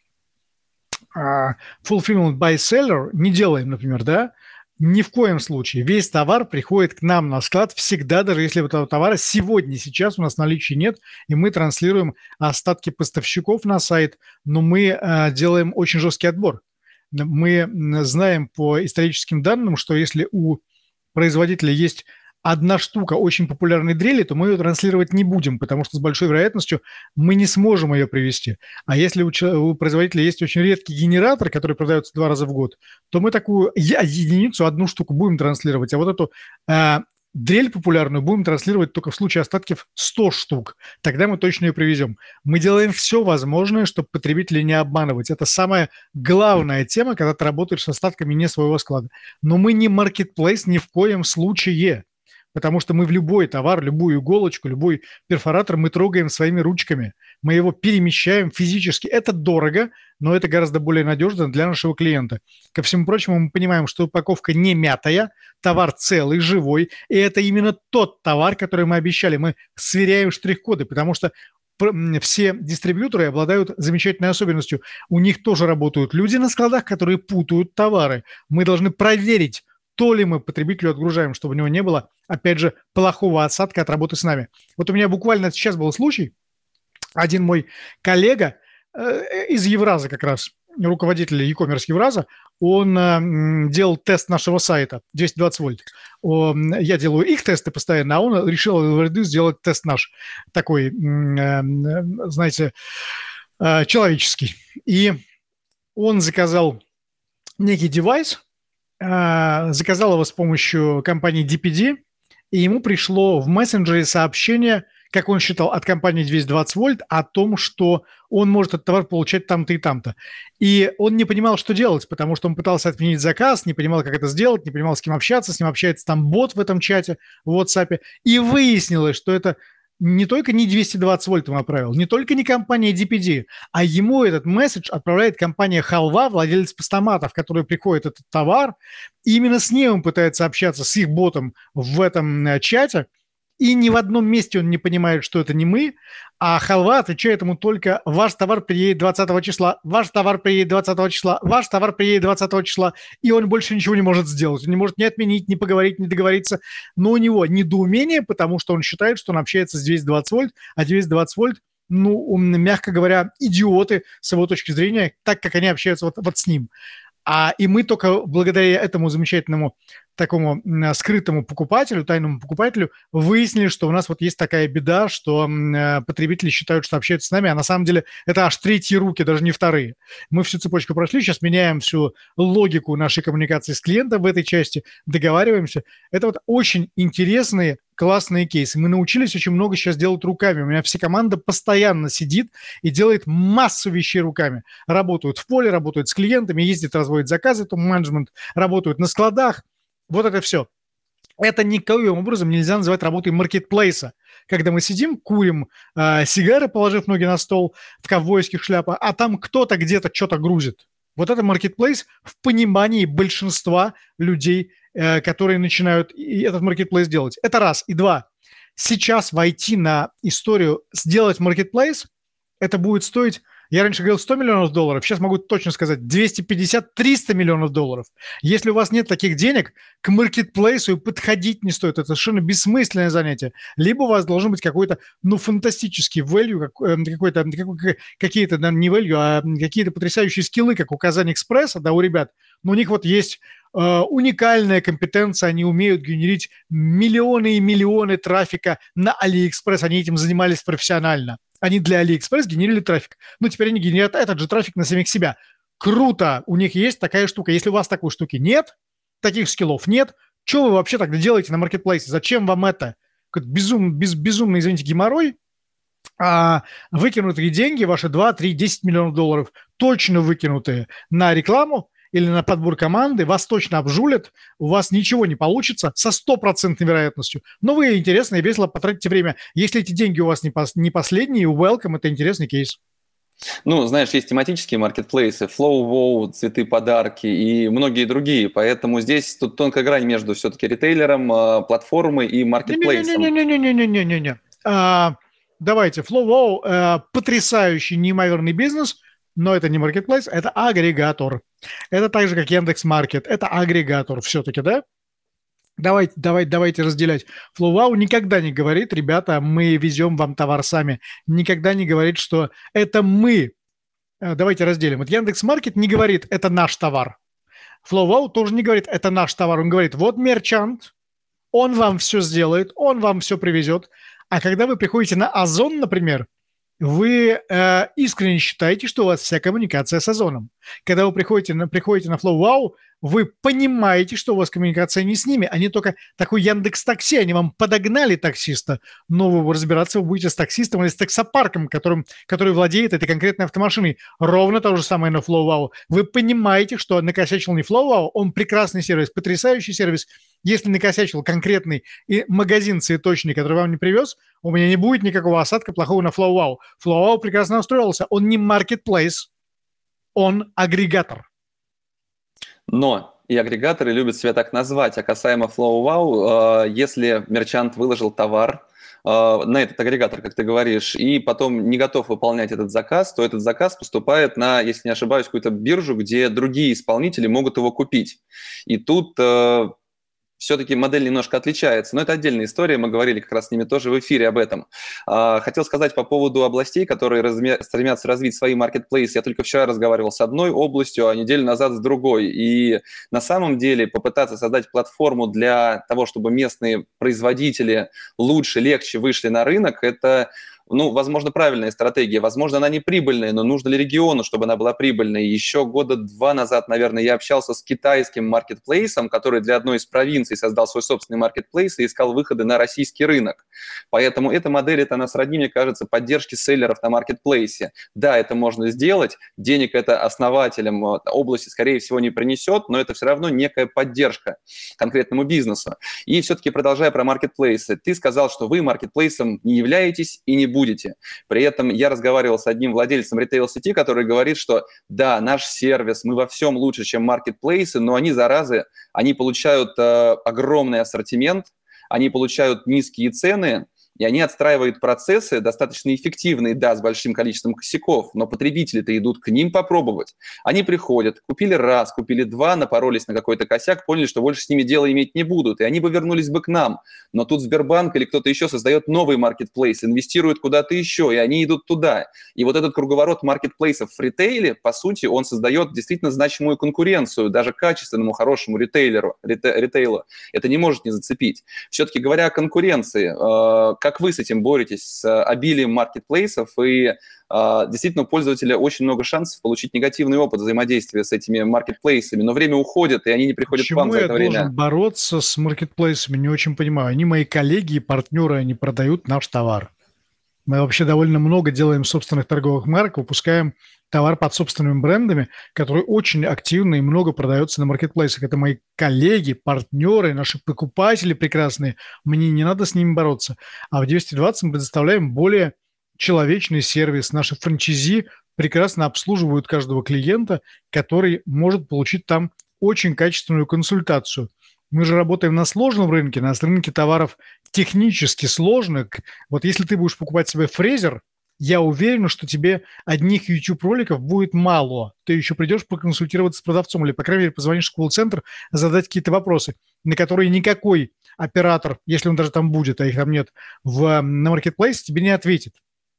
by seller не делаем, например, да? Ни в коем случае. Весь товар приходит к нам на склад всегда, даже если этого товара сегодня, сейчас у нас наличия нет, и мы транслируем остатки поставщиков на сайт, но мы делаем очень жесткий отбор. Мы знаем по историческим данным, что если у производителя есть одна штука очень популярной дрели, то мы ее транслировать не будем, потому что с большой вероятностью мы не сможем ее привести. А если у производителя есть очень редкий генератор, который продается 2 раза в год, то мы такую единицу, одну штуку будем транслировать, а вот эту дрель популярную будем транслировать только в случае остатков 100 штук. Тогда мы точно ее привезем. Мы делаем все возможное, чтобы потребителей не обманывать. Это самая главная тема, когда ты работаешь с остатками не своего склада. Но мы не маркетплейс ни в коем случае. Потому что мы в любой товар, любую иголочку, любой перфоратор мы трогаем своими ручками. Мы его перемещаем физически. Это дорого, но это гораздо более надежно для нашего клиента. Ко всему прочему, мы понимаем, что упаковка не мятая, товар целый, живой. И это именно тот товар, который мы обещали. Мы сверяем штрих-коды, потому что все дистрибьюторы обладают замечательной особенностью. У них тоже работают люди на складах, которые путают товары. Мы должны проверить, то ли мы потребителю отгружаем, чтобы у него не было, опять же, плохого осадка от работы с нами. Вот у меня буквально сейчас был случай. Один мой коллега из Евраза как раз, руководитель e-commerce Евраза, он делал тест нашего сайта 220 вольт. Я делаю их тесты постоянно, а он решил сделать тест наш такой, знаете, человеческий. И Он заказал некий девайс, заказал его с помощью компании DPD, и ему пришло в мессенджере сообщение, как он считал, от компании 220 вольт о том, что он может этот товар получать там-то и там-то. И он не понимал, что делать, потому что он пытался отменить заказ, не понимал, как это сделать, не понимал, с кем общаться, с ним общается там бот в этом чате, в WhatsApp. И выяснилось, что это не только не 220 вольт ему отправил, не только не компания DPD, а ему этот месседж отправляет компания Халва, владелец постаматов, в который приходит этот товар. И именно с ним он пытается общаться, с их ботом в этом чате. И ни в одном месте он не понимает, что это не мы, а Халва отвечает ему только «Ваш товар приедет 20 числа, ваш товар приедет 20 числа, ваш товар приедет 20 числа», и он больше ничего не может сделать. Он не может ни отменить, ни поговорить, ни договориться. Но у него недоумение, потому что он считает, что он общается с 220 вольт, а 220 вольт, ну, мягко говоря, идиоты с его точки зрения, так как они общаются вот с ним. И мы только благодаря этому замечательному такому скрытому покупателю, тайному покупателю, выяснили, что у нас вот есть такая беда, что потребители считают, что общаются с нами, а на самом деле это аж третьи руки, даже не вторые. Мы всю цепочку прошли, сейчас меняем всю логику нашей коммуникации с клиентом в этой части, договариваемся. Это вот очень интересные, классные кейсы. Мы научились очень много сейчас делать руками. У меня вся команда постоянно сидит и делает массу вещей руками. Работают в поле, работают с клиентами, ездят, разводят заказы, топ-менеджмент, работают на складах. Вот это все. Это никаким образом нельзя называть работой маркетплейса, когда мы сидим, курим сигары, положив ноги на стол в ковбойских шляпах, а там кто-то где-то что-то грузит. Вот это маркетплейс в понимании большинства людей, которые начинают этот маркетплейс делать. Это раз. И два. Сейчас войти на историю, сделать маркетплейс, это будет стоить... Я раньше говорил 100 миллионов долларов, сейчас могу точно сказать 250-300 миллионов долларов. Если у вас нет таких денег, к маркетплейсу подходить не стоит. Это совершенно бессмысленное занятие. Либо у вас должен быть какой-то, фантастический value, какие-то, не value, а какие-то потрясающие скиллы, как у Казань Экспресса, да, у ребят. Но у них вот есть уникальная компетенция, они умеют генерить миллионы и миллионы трафика на AliExpress, они этим занимались профессионально. Они для AliExpress генерили трафик. Теперь они генерят этот же трафик на самих себя. Круто! У них есть такая штука. Если у вас такой штуки нет, таких скиллов нет, что вы вообще тогда делаете на маркетплейсе? Зачем вам это? Безумный, извините, геморрой, выкинутые деньги, ваши 2, 3, 10 миллионов долларов, точно выкинутые на рекламу или на подбор команды, вас точно обжулят, у вас ничего не получится со 100% вероятностью. Но вы интересно и весело потратите время. Если эти деньги у вас не последние, welcome, это интересный кейс. Знаешь, есть тематические маркетплейсы, Flow, цветы, подарки и многие другие. Поэтому здесь тут тонкая грань между все-таки ритейлером, платформой и маркетплейсом. Не-не-не. Давайте, Flow, потрясающий, неимоверный бизнес, но это не маркетплейс, это агрегатор. Это так же, как Яндекс.Маркет. Это агрегатор все-таки, да? Давайте разделять. FlowWow никогда не говорит, ребята, мы везем вам товар сами. Никогда не говорит, что это мы. Давайте разделим. Вот Яндекс.Маркет не говорит, это наш товар. FlowWow тоже не говорит, это наш товар. Он говорит, вот мерчант, он вам все сделает, он вам все привезет. А когда вы приходите на Озон, например, вы искренне считаете, что у вас вся коммуникация с Озоном. Когда вы приходите на FlowWow, вы понимаете, что у вас коммуникация не с ними, они только такой Яндекс.Такси, они вам подогнали таксиста, но вы разбираться вы будете с таксистом или с таксопарком, который владеет этой конкретной автомашиной. Ровно то же самое на FlowWow. Вы понимаете, что накосячил не FlowWow, он прекрасный сервис, потрясающий сервис. Если накосячил конкретный магазин цветочный, который вам не привез, у меня не будет никакого осадка плохого на FlowWow. FlowWow прекрасно устроился. Он не маркетплейс, он агрегатор. Но и агрегаторы любят себя так назвать. А касаемо FlowWow, если мерчант выложил товар на этот агрегатор, как ты говоришь, и потом не готов выполнять этот заказ, то этот заказ поступает на, если не ошибаюсь, какую-то биржу, где другие исполнители могут его купить. И тут все-таки модель немножко отличается, но это отдельная история, мы говорили как раз с ними тоже в эфире об этом. Хотел сказать по поводу областей, которые стремятся развить свои маркетплейсы. Я только вчера разговаривал с одной областью, а неделю назад с другой. И на самом деле попытаться создать платформу для того, чтобы местные производители лучше, легче вышли на рынок, это возможно, правильная стратегия, возможно, она не прибыльная, но нужно ли региону, чтобы она была прибыльной? Еще года 2 назад, наверное, я общался с китайским маркетплейсом, который для одной из провинций создал свой собственный маркетплейс и искал выходы на российский рынок. Поэтому эта модель, она сродни, мне кажется, поддержки селлеров на маркетплейсе. Да, это можно сделать, денег это основателям области, скорее всего, не принесет, но это все равно некая поддержка конкретному бизнесу. И все-таки, продолжая про маркетплейсы, ты сказал, что вы маркетплейсом не являетесь и не будете. При этом я разговаривал с одним владельцем ритейл-сети, который говорит, что да, наш сервис, мы во всем лучше, чем маркетплейсы, но они, заразы, они получают огромный ассортимент, они получают низкие цены, и они отстраивают процессы достаточно эффективные, да, с большим количеством косяков, но потребители-то идут к ним попробовать. Они приходят, купили раз, купили два, напоролись на какой-то косяк, поняли, что больше с ними дела иметь не будут, и они бы вернулись бы к нам. Но тут Сбербанк или кто-то еще создает новый маркетплейс, инвестирует куда-то еще, и они идут туда. И вот этот круговорот маркетплейсов в ритейле, по сути, он создает действительно значимую конкуренцию даже качественному, хорошему ритейлеру, ритейлу. Это не может не зацепить. Все-таки говоря о конкуренции, как вы с этим боретесь, с обилием маркетплейсов, и действительно у пользователя очень много шансов получить негативный опыт взаимодействия с этими маркетплейсами, но время уходит, и они не приходят к вам за это время. Почему я должен бороться с маркетплейсами, не очень понимаю. Они мои коллеги и партнеры, они продают наш товар. Мы вообще довольно много делаем собственных торговых марок, выпускаем товар под собственными брендами, который очень активно и много продается на маркетплейсах. Это мои коллеги, партнеры, наши покупатели прекрасные. Мне не надо с ними бороться. А в 220 мы предоставляем более человечный сервис. Наши франчайзи прекрасно обслуживают каждого клиента, который может получить там очень качественную консультацию. Мы же работаем на сложном рынке, на рынке товаров технически сложных. Вот если ты будешь покупать себе фрезер, я уверен, что тебе одних YouTube-роликов будет мало. Ты еще придешь проконсультироваться с продавцом или, по крайней мере, позвонишь в колл-центр, задать какие-то вопросы, на которые никакой оператор, если он даже там будет, а их там нет, на маркетплейсе тебе не ответит.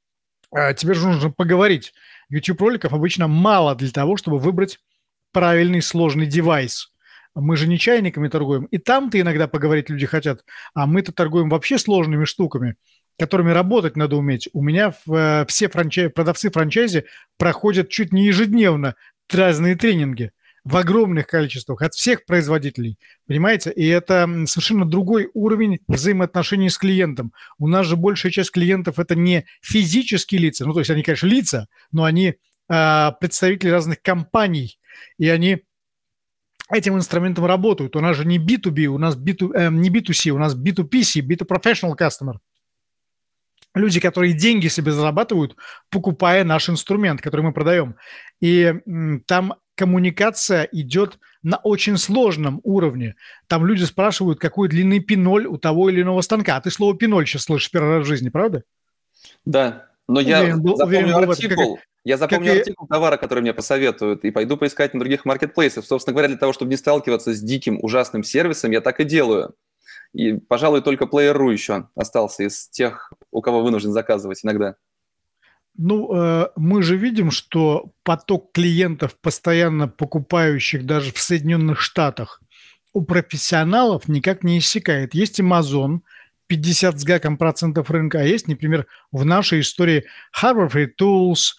Тебе же нужно поговорить. YouTube-роликов обычно мало для того, чтобы выбрать правильный сложный девайс. Мы же не чайниками торгуем. И там-то иногда поговорить люди хотят, а мы-то торгуем вообще сложными штуками, которыми работать надо уметь. У меня все продавцы франчайзи проходят чуть не ежедневно разные тренинги в огромных количествах от всех производителей. Понимаете? И это совершенно другой уровень взаимоотношений с клиентом. У нас же большая часть клиентов – это не физические лица. Ну, то есть они, конечно, лица, но они представители разных компаний. И они этим инструментом работают. У нас же не B2B, у нас не B2C, у нас B2PC, B2 Professional Customer. Люди, которые деньги себе зарабатывают, покупая наш инструмент, который мы продаем. И там коммуникация идет на очень сложном уровне. Там люди спрашивают, какой длины пиноль у того или иного станка. А ты слово пиноль сейчас слышишь первый раз в жизни, правда? Да, но я запомню артикул. Я запомню артикул товара, который мне посоветуют, и пойду поискать на других маркетплейсах. Собственно говоря, для того, чтобы не сталкиваться с диким, ужасным сервисом, я так и делаю. И, пожалуй, только Player.ru еще остался из тех, у кого вынужден заказывать иногда. Ну, мы же видим, что поток клиентов, постоянно покупающих даже в Соединенных Штатах, у профессионалов никак не иссякает. Есть Amazon, 50 с гаком процентов рынка, а есть, например, в нашей истории Harbor Freight Tools,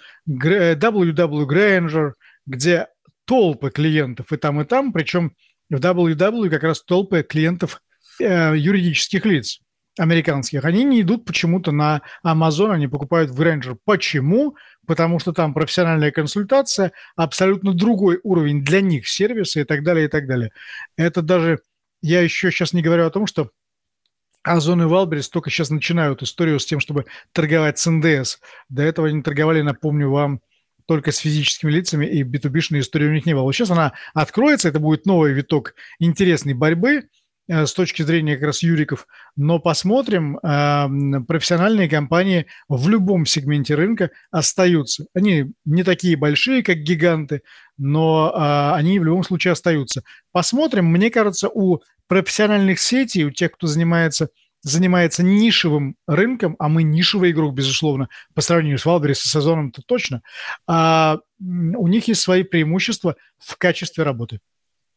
WW Grainger, где толпы клиентов и там, причем в WW как раз толпы клиентов юридических лиц американских. Они не идут почему-то на Amazon, они покупают в Grainger. Почему? Потому что там профессиональная консультация, абсолютно другой уровень для них сервиса и так далее, и так далее. Это даже, я еще сейчас не говорю о том, что Озон и Валберес только сейчас начинают историю с тем, чтобы торговать с НДС. До этого они торговали, напомню вам, только с физическими лицами, и B2B-шной истории у них не было. Вот сейчас она откроется, это будет новый виток интересной борьбы с точки зрения как раз юриков, но посмотрим, профессиональные компании в любом сегменте рынка остаются. Они не такие большие, как гиганты, но они в любом случае остаются. Посмотрим, мне кажется, у профессиональных сетей, у тех, кто занимается нишевым рынком, а мы нишевый игрок, безусловно, по сравнению с Валберес и с Озоном, то точно, у них есть свои преимущества в качестве работы.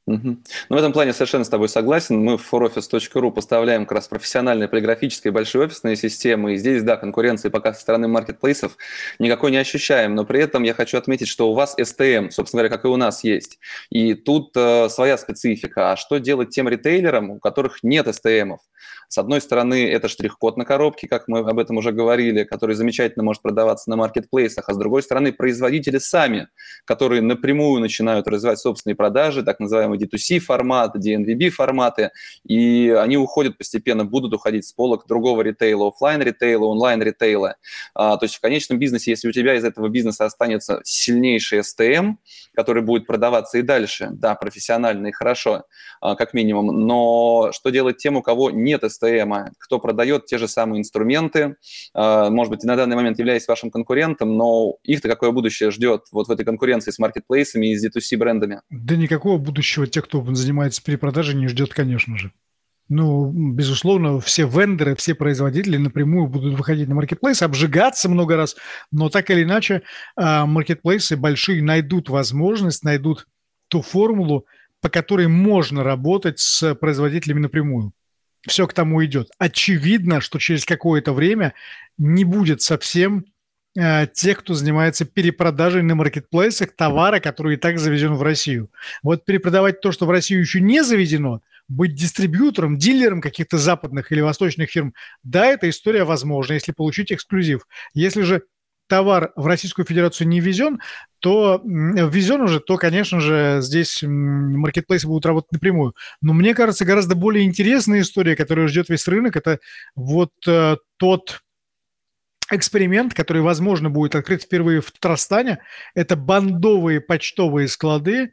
Мгм. Ну, в этом плане совершенно с тобой согласен. Мы в foroffice.ru поставляем как раз профессиональные полиграфические большие офисные системы. И здесь, да, конкуренции пока со стороны маркетплейсов никакой не ощущаем. Но при этом я хочу отметить, что у вас STM, собственно говоря, как и у нас есть. И тут своя специфика. А что делать тем ритейлерам, у которых нет STM-ов? С одной стороны, это штрих-код на коробке, как мы об этом уже говорили, который замечательно может продаваться на маркетплейсах. А с другой стороны, производители сами, которые напрямую начинают развивать собственные продажи, так называемые D2C формат, DNVB форматы, и они уходят постепенно, будут уходить с полок другого ритейла, офлайн ритейла, онлайн ритейла. То есть в конечном бизнесе, если у тебя из этого бизнеса останется сильнейший STM, который будет продаваться и дальше, да, профессионально и хорошо, как минимум, но что делать тем, у кого нет STM, кто продает те же самые инструменты, может быть, на данный момент являясь вашим конкурентом, но их-то какое будущее ждет вот в этой конкуренции с маркетплейсами и с D2C брендами? Да никакого будущего тех, кто занимается перепродажей, не ждет, конечно же. Ну, безусловно, все вендоры, все производители напрямую будут выходить на маркетплейсы, обжигаться много раз, но так или иначе маркетплейсы большие найдут возможность, найдут ту формулу, по которой можно работать с производителями напрямую. Все к тому идет. Очевидно, что через какое-то время не будет совсем тех, кто занимается перепродажей на маркетплейсах товара, который и так завезен в Россию. Вот перепродавать то, что в Россию еще не завезено, быть дистрибьютором, дилером каких-то западных или восточных фирм, да, эта история возможна, если получить эксклюзив. Если же товар в Российскую Федерацию не ввезен, то ввезен уже, то, конечно же, здесь маркетплейсы будут работать напрямую. Но мне кажется, гораздо более интересная история, которая ждет весь рынок, это вот тот эксперимент, который, возможно, будет открыт впервые в Татарстане. Это бандовые почтовые склады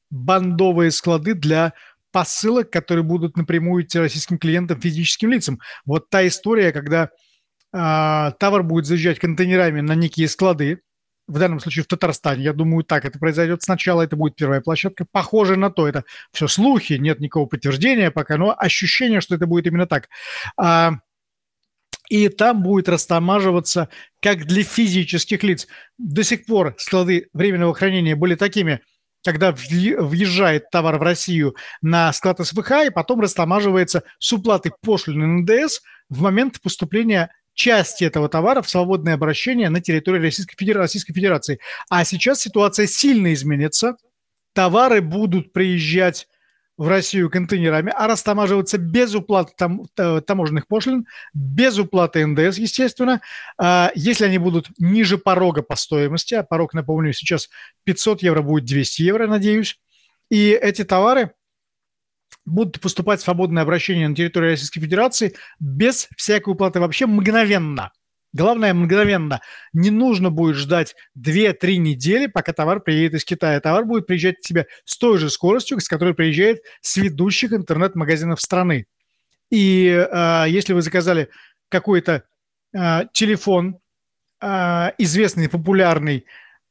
для посылок, которые будут напрямую идти российским клиентам, физическим лицам. Вот та история, когда товар будет заезжать контейнерами на некие склады, в данном случае в Татарстане. Я думаю, так это произойдет. Сначала это будет первая площадка. Похоже на то. Это все слухи, нет никакого подтверждения пока, но ощущение, что это будет именно так. И там будет растамаживаться как для физических лиц. До сих пор склады временного хранения были такими, когда въезжает товар в Россию на склад СВХ и потом растамаживается с уплатой пошлины НДС в момент поступления части этого товара в свободное обращение на территории Российской Федерации. А сейчас ситуация сильно изменится. Товары будут приезжать в Россию контейнерами, а растамаживаться без уплаты таможенных пошлин, без уплаты НДС, естественно, если они будут ниже порога по стоимости, а порог, напомню, сейчас 500 евро будет 200 евро, надеюсь, и эти товары будут поступать в свободное обращение на территории Российской Федерации без всякой уплаты вообще мгновенно. Главное, мгновенно. Не нужно будет ждать 2-3 недели, пока товар приедет из Китая. Товар будет приезжать к тебе с той же скоростью, с которой приезжает с ведущих интернет-магазинов страны. И если вы заказали какой-то телефон известный, популярный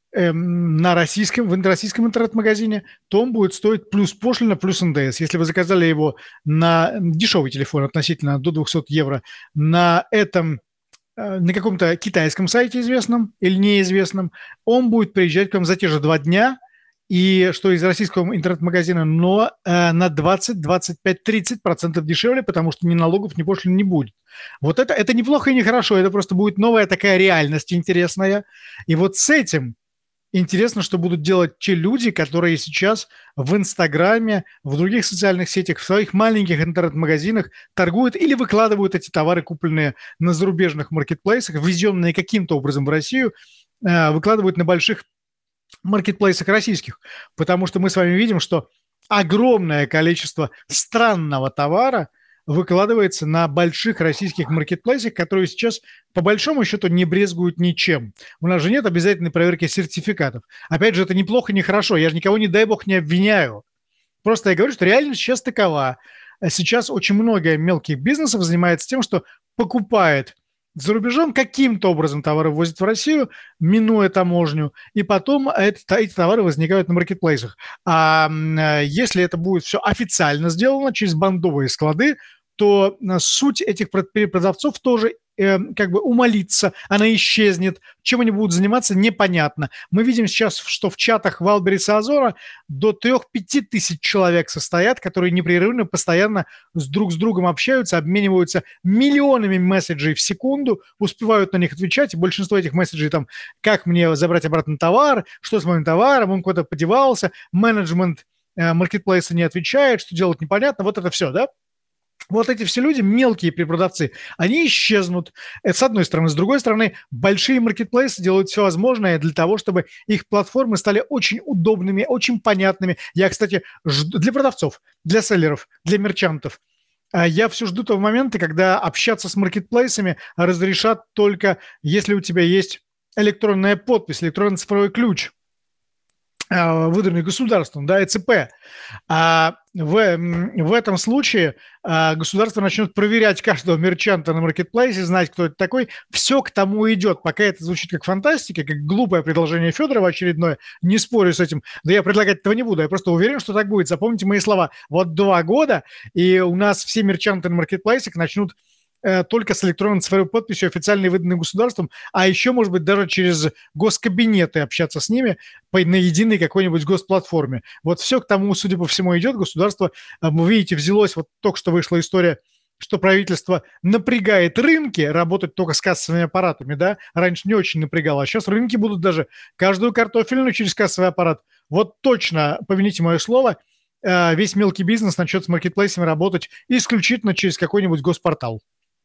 в российском интернет-магазине, то он будет стоить плюс пошлина, плюс НДС. Если вы заказали его на дешевый телефон относительно до 200 евро на каком-то китайском сайте известном или неизвестном, он будет приезжать к вам за те же 2 дня, и что из российского интернет-магазина, но на 20, 25, 30% дешевле, потому что ни налогов, ни пошлин не будет. Вот это неплохо и нехорошо, это просто будет новая такая реальность интересная. И вот с этим интересно, что будут делать те люди, которые сейчас в Инстаграме, в других социальных сетях, в своих маленьких интернет-магазинах торгуют или выкладывают эти товары, купленные на зарубежных маркетплейсах, ввезенные каким-то образом в Россию, выкладывают на больших маркетплейсах российских. Потому что мы с вами видим, что огромное количество странного товара выкладывается на больших российских маркетплейсах, которые сейчас по большому счету не брезгуют ничем. У нас же нет обязательной проверки сертификатов. Опять же, это неплохо, не хорошо. Я же никого, не дай бог, не обвиняю. Просто я говорю, что реальность сейчас такова. Сейчас очень много мелких бизнесов занимается тем, что покупает за рубежом, каким-то образом товары ввозят в Россию, минуя таможню, и потом эти товары возникают на маркетплейсах. А если это будет все официально сделано через бандовые склады, то суть этих продавцов тоже как бы умолиться, она исчезнет. Чем они будут заниматься, непонятно. Мы видим сейчас, что в чатах Wildberries и Озора до 3-5 тысяч человек состоят, которые непрерывно, постоянно друг с другом общаются, обмениваются миллионами месседжей в секунду, успевают на них отвечать, и большинство этих месседжей там, как мне забрать обратно товар, что с моим товаром, он куда-то подевался, менеджмент маркетплейса не отвечает, что делать непонятно, вот это все, да? Вот эти все люди, мелкие препродавцы, они исчезнут. Это с одной стороны. С другой стороны, большие маркетплейсы делают все возможное для того, чтобы их платформы стали очень удобными, очень понятными. Я, кстати, жду для продавцов, для селлеров, для мерчантов. Я все жду того момента, когда общаться с маркетплейсами разрешат только, если у тебя есть электронная подпись, электронный цифровой ключ, выданный государством, да, ЭЦП. В этом случае государство начнет проверять каждого мерчанта на маркетплейсе, знать, кто это такой. Все к тому идет. Пока это звучит как фантастика, как глупое предложение Федорова очередное, не спорю с этим, да я предлагать этого не буду. Я просто уверен, что так будет. Запомните мои слова. Вот 2 года, и у нас все мерчанты на маркетплейсах начнут только с электронной цифровой подписью, официально выданной государством, а еще, может быть, даже через госкабинеты общаться с ними на единой какой-нибудь госплатформе. Вот все к тому, судя по всему, идет. Государство, вы видите, взялось, вот только что вышла история, что правительство напрягает рынки работать только с кассовыми аппаратами, да, раньше не очень напрягало, а сейчас рынки будут даже каждую картофельную через кассовый аппарат. Вот точно, помяните мое слово, весь мелкий бизнес начнет с маркетплейсами работать исключительно через какой-нибудь госпортал.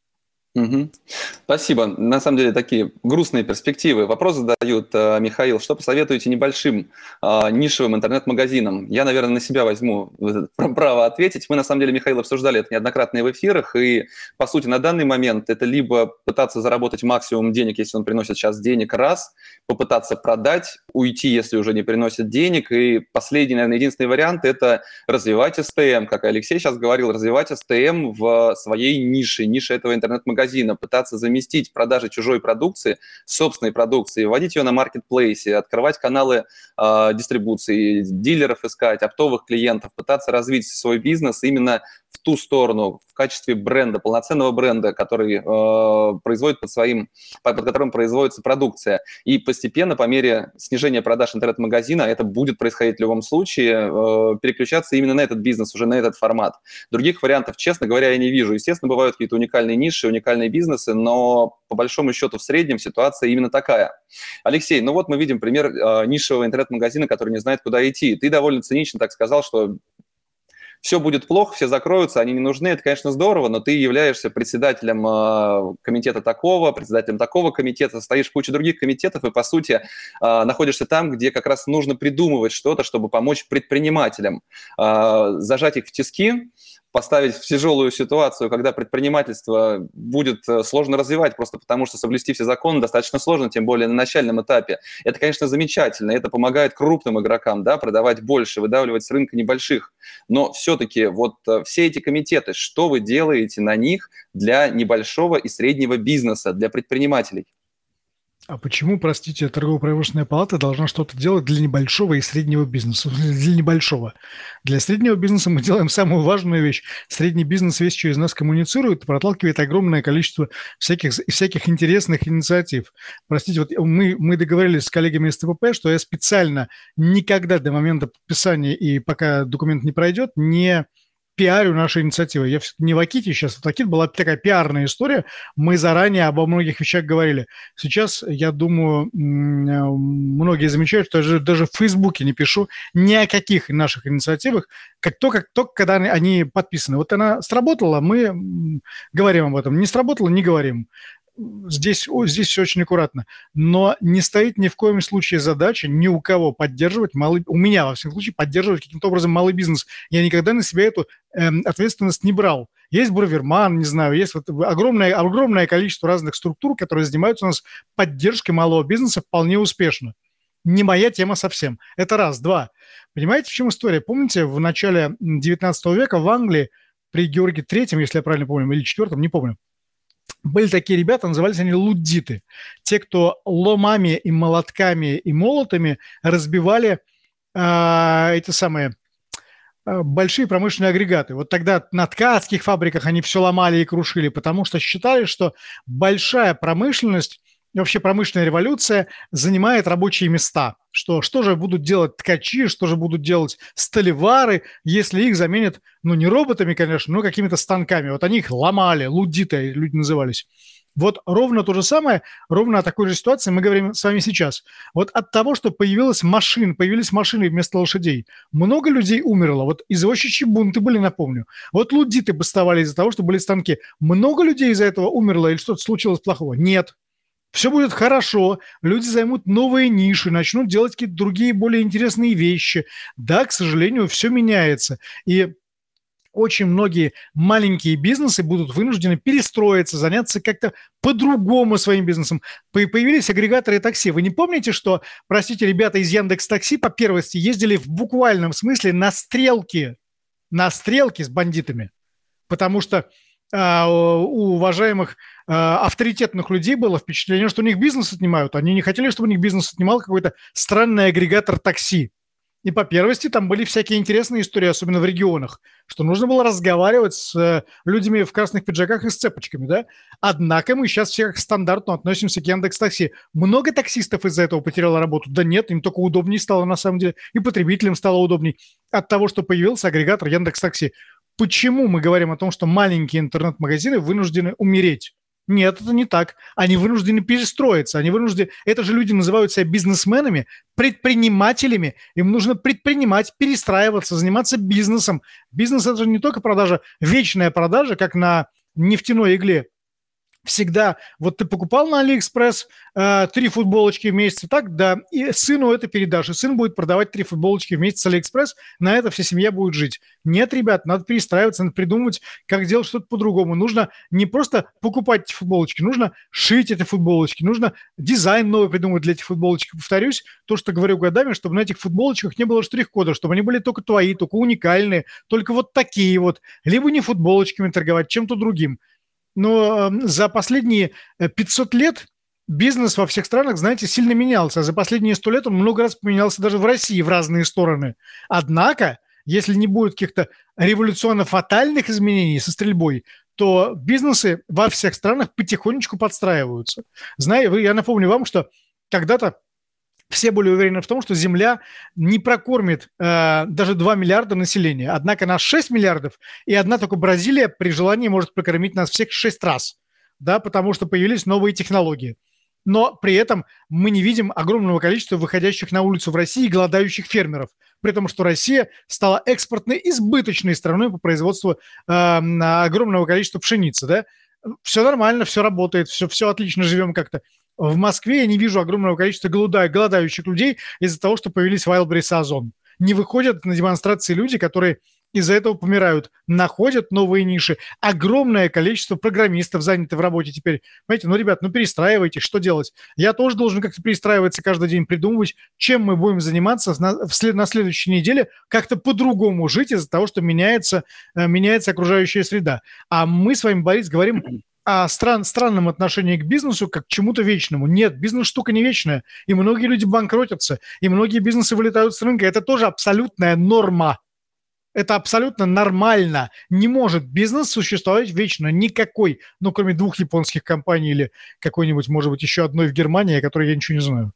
Угу. Спасибо. На самом деле такие грустные перспективы. Вопрос задают, Михаил, что посоветуете небольшим нишевым интернет-магазинам? Я, наверное, на себя возьму право ответить. Мы, на самом деле, Михаил, обсуждали это неоднократно и в эфирах, и, по сути, на данный момент это либо пытаться заработать максимум денег, если он приносит сейчас денег, раз, попытаться продать, уйти, если уже не приносит денег, и последний, наверное, единственный вариант – это развивать СТМ, как Алексей сейчас говорил, развивать СТМ в своей нише этого интернет-магазина, пытаться заместить продажи чужой продукции, собственной продукции, вводить ее на маркетплейсе, открывать каналы дистрибуции, дилеров искать, оптовых клиентов, пытаться развить свой бизнес именно в ту сторону, в качестве бренда, полноценного бренда, который производит под которым производится продукция. И постепенно, по мере снижения продаж интернет-магазина, это будет происходить в любом случае, переключаться именно на этот бизнес, уже на этот формат. Других вариантов, честно говоря, я не вижу. Естественно, бывают какие-то уникальные ниши, уникальные бизнесы, но по большому счету в среднем ситуация именно такая. Алексей, ну вот мы видим пример нишевого интернет-магазина, который не знает, куда идти. Ты довольно цинично так сказал, что все будет плохо, все закроются, они не нужны, это, конечно, здорово, но ты являешься председателем комитета такого, председателем такого комитета, состоишь в куче других комитетов и, по сути, находишься там, где как раз нужно придумывать что-то, чтобы помочь предпринимателям, зажать их в тиски, поставить в тяжелую ситуацию, когда предпринимательство будет сложно развивать, просто потому что соблюсти все законы достаточно сложно, тем более на начальном этапе. Это, конечно, замечательно, это помогает крупным игрокам, да, продавать больше, выдавливать с рынка небольших. Но все-таки вот все эти комитеты, что вы делаете на них для небольшого и среднего бизнеса, для предпринимателей? А почему, простите, торгово-промышленная палата должна что-то делать для небольшого и среднего бизнеса? Для небольшого. Для среднего бизнеса мы делаем самую важную вещь. Средний бизнес весь через нас коммуницирует, проталкивает огромное количество всяких интересных инициатив. Простите, вот мы договорились с коллегами из ТПП, что я специально никогда до момента подписания и пока документ не пройдет, не пиарю наши инициативы. Я не в Аките сейчас. В Аките была такая пиарная история. Мы заранее обо многих вещах говорили. Сейчас, я думаю, многие замечают, что я даже в Фейсбуке не пишу ни о каких наших инициативах, как только когда они подписаны. Вот она сработала, мы говорим об этом. Не сработала, не говорим. Здесь все очень аккуратно. Но не стоит ни в коем случае задача ни у кого поддерживать у меня, во всяком случае, поддерживать каким-то образом малый бизнес. Я никогда на себя эту ответственность не брал. Есть Броверман, не знаю, есть вот огромное количество разных структур, которые занимаются у нас поддержкой малого бизнеса вполне успешно. Не моя тема совсем. Это раз. Два. Понимаете, в чем история? Помните, в начале 19 века в Англии при Георге III, если я правильно помню, или IV, не помню, были такие ребята, назывались они луддиты. Те, кто ломами и молотками и молотами разбивали эти самые большие промышленные агрегаты. Вот тогда на ткацких фабриках они все ломали и крушили, потому что считали, что большая промышленность, вообще промышленная революция занимает рабочие места. Что же будут делать ткачи, что же будут делать сталевары, если их заменят, ну, не роботами, конечно, но какими-то станками. Вот они их ломали, луддиты люди назывались. Вот ровно то же самое, ровно о такой же ситуации мы говорим с вами сейчас. Вот от того, что появились машины вместо лошадей, много людей умерло. Вот извозчичьи бунты были, напомню. Вот луддиты бастовали из-за того, что были станки. Много людей из-за этого умерло или что-то случилось плохого? Нет. Все будет хорошо, люди займут новые ниши, начнут делать какие-то другие более интересные вещи. Да, к сожалению, все меняется. И очень многие маленькие бизнесы будут вынуждены перестроиться, заняться как-то по-другому своим бизнесом. Появились агрегаторы такси. Вы не помните, что, простите, ребята из Яндекс.Такси по первости ездили в буквальном смысле на стрелки с бандитами? Потому что у уважаемых авторитетных людей было впечатление, что у них бизнес отнимают. Они не хотели, чтобы у них бизнес отнимал какой-то странный агрегатор такси. И по первости там были всякие интересные истории, особенно в регионах, что нужно было разговаривать с людьми в красных пиджаках и с цепочками, да? Однако мы сейчас все как стандартно относимся к Яндекс.Такси. Много таксистов из-за этого потеряло работу? Да нет, им только удобнее стало на самом деле, и потребителям стало удобней от того, что появился агрегатор Яндекс.Такси. Почему мы говорим о том, что маленькие интернет-магазины вынуждены умереть? Нет, это не так. Они вынуждены перестроиться. Это же люди называют себя бизнесменами, предпринимателями. Им нужно предпринимать, перестраиваться, заниматься бизнесом. Бизнес – это же не только вечная продажа, как на нефтяной игле. Всегда, вот ты покупал на Алиэкспресс 3 футболочки в месяц, так, да, и сыну это передашь, и сын будет продавать 3 футболочки в месяц с Алиэкспресс, на это вся семья будет жить. Нет, ребят, надо перестраиваться, надо придумывать, как делать что-то по-другому. Нужно не просто покупать эти футболочки, нужно шить эти футболочки, нужно дизайн новый придумать для этих футболочек. Повторюсь, то, что говорю годами, чтобы на этих футболочках не было штрих-кода, чтобы они были только твои, только уникальные, только вот такие вот, либо не футболочками торговать, чем-то другим. Но за последние 500 лет бизнес во всех странах, знаете, сильно менялся. А за последние 100 лет он много раз поменялся даже в России в разные стороны. Однако, если не будет каких-то революционно-фатальных изменений со стрельбой, то бизнесы во всех странах потихонечку подстраиваются. Я напомню вам, что когда-то все были уверены в том, что Земля не прокормит даже 2 миллиарда населения. Однако нас 6 миллиардов, и одна только Бразилия при желании может прокормить нас всех 6 раз, да, потому что появились новые технологии. Но при этом мы не видим огромного количества выходящих на улицу в России голодающих фермеров. При том, что Россия стала экспортной избыточной страной по производству огромного количества пшеницы. Да? Все нормально, все работает, все отлично, живем как-то. В Москве я не вижу огромного количества голодающих людей из-за того, что появились Wildberries и Озон. Не выходят на демонстрации люди, которые из-за этого помирают, находят новые ниши. Огромное количество программистов заняты в работе теперь. Понимаете, ребят, перестраивайтесь, что делать? Я тоже должен как-то перестраиваться каждый день, придумывать, чем мы будем заниматься на следующей неделе, как-то по-другому жить из-за того, что меняется окружающая среда. А мы с вами, Борис, говорим о странном отношении к бизнесу как к чему-то вечному. Нет, бизнес штука не вечная, и многие люди банкротятся, и многие бизнесы вылетают с рынка. Это тоже абсолютная норма. Это абсолютно нормально. Не может бизнес существовать вечно никакой, кроме 2 японских компаний или какой-нибудь, может быть, еще одной в Германии, о которой я ничего не знаю.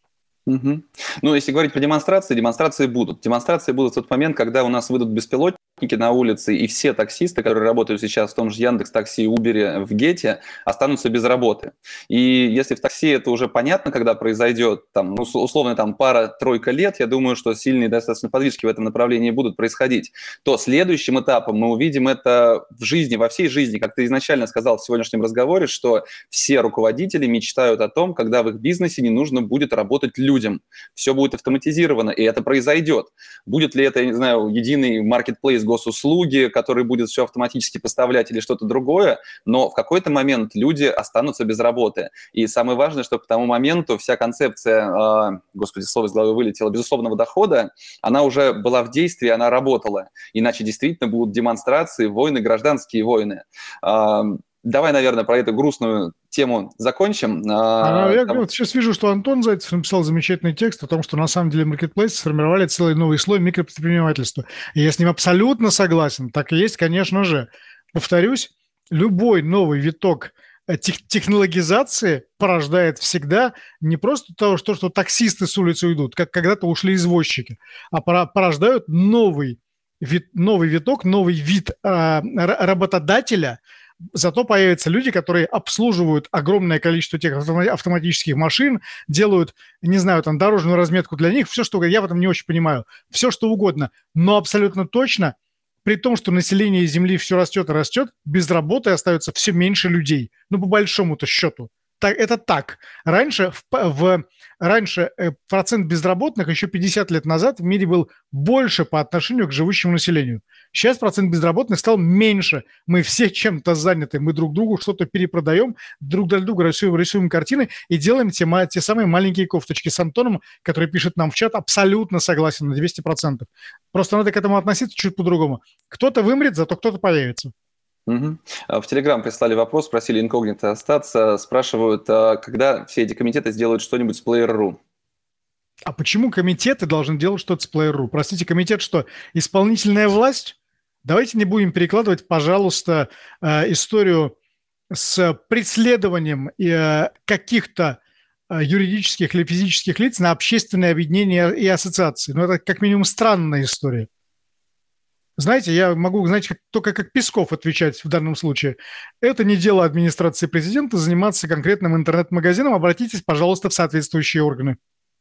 Угу. Если говорить про демонстрации будут. Демонстрации будут в тот момент, когда у нас выйдут беспилотники на улице, и все таксисты, которые работают сейчас в том же Яндекс.Такси, Uber, в Гете, останутся без работы. И если в такси это уже понятно, когда произойдет, условно, пара-тройка лет, я думаю, что сильные достаточно подвижки в этом направлении будут происходить, то следующим этапом мы увидим это в жизни, во всей жизни. Как ты изначально сказал в сегодняшнем разговоре, что все руководители мечтают о том, когда в их бизнесе не нужно будет работать людям. Все будет автоматизировано, и это произойдет. Будет ли это, я не знаю, единый маркетплейс госуслуги, который будет все автоматически поставлять или что-то другое, но в какой-то момент люди останутся без работы. И самое важное, что к тому моменту вся концепция, слово из головы вылетело, безусловного дохода, она уже была в действии, она работала. Иначе действительно будут демонстрации, войны, гражданские войны. давай, наверное, про эту грустную тему закончим. Я вот сейчас вижу, что Антон Зайцев написал замечательный текст о том, что на самом деле маркетплейсы сформировали целый новый слой микропредпринимательства. И я с ним абсолютно согласен. Так и есть, конечно же. Повторюсь, любой новый виток технологизации порождает всегда не просто то, что таксисты с улицы уйдут, как когда-то ушли извозчики, а порождают новый виток, новый вид работодателя. Зато появятся люди, которые обслуживают огромное количество тех автоматических машин, делают, не знаю, там дорожную разметку для них, все, что я в этом не очень понимаю, все, что угодно. Но абсолютно точно, при том, что население Земли все растет и растет, без работы остается все меньше людей. Ну, по большому-то счету. Это так. Раньше процент безработных еще 50 лет назад в мире был больше по отношению к живущему населению. Сейчас процент безработных стал меньше. Мы все чем-то заняты. Мы друг другу что-то перепродаем, друг для друга рисуем картины и делаем те самые маленькие кофточки. С Антоном, который пишет нам в чат, абсолютно согласен на 200%. Просто надо к этому относиться чуть по-другому. Кто-то вымрет, зато кто-то появится. Угу. В Телеграм прислали вопрос, просили инкогнито остаться. Спрашивают, когда все эти комитеты сделают что-нибудь с Player.ru? А почему комитеты должны делать что-то с Player.ru? Простите, комитет что, исполнительная власть? Давайте не будем перекладывать, пожалуйста, историю с преследованием каких-то юридических или физических лиц на общественные объединения и ассоциации. Ну, это как минимум странная история. Знаете, я могу, только как Песков отвечать в данном случае. Это не дело администрации президента заниматься конкретным интернет-магазином. Обратитесь, пожалуйста, в соответствующие органы.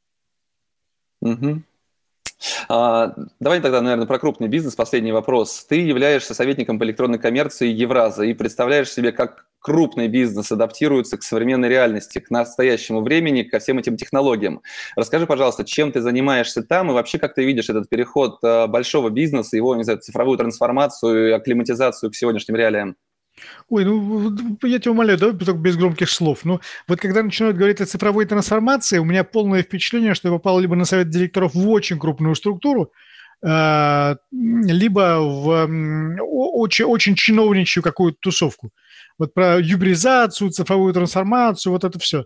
Угу. Давай тогда, наверное, про крупный бизнес. Последний вопрос. Ты являешься советником по электронной коммерции Евраза и представляешь себе, как крупный бизнес адаптируется к современной реальности, к настоящему времени, ко всем этим технологиям. Расскажи, пожалуйста, чем ты занимаешься там и вообще как ты видишь этот переход большого бизнеса, его, не знаю, цифровую трансформацию и акклиматизацию к сегодняшним реалиям? Ой, я тебя умоляю, давай только без громких слов. Вот когда начинают говорить о цифровой трансформации, у меня полное впечатление, что я попал либо на совет директоров в очень крупную структуру, либо в очень чиновничью какую-то тусовку. Вот про юбризацию, цифровую трансформацию, вот это все.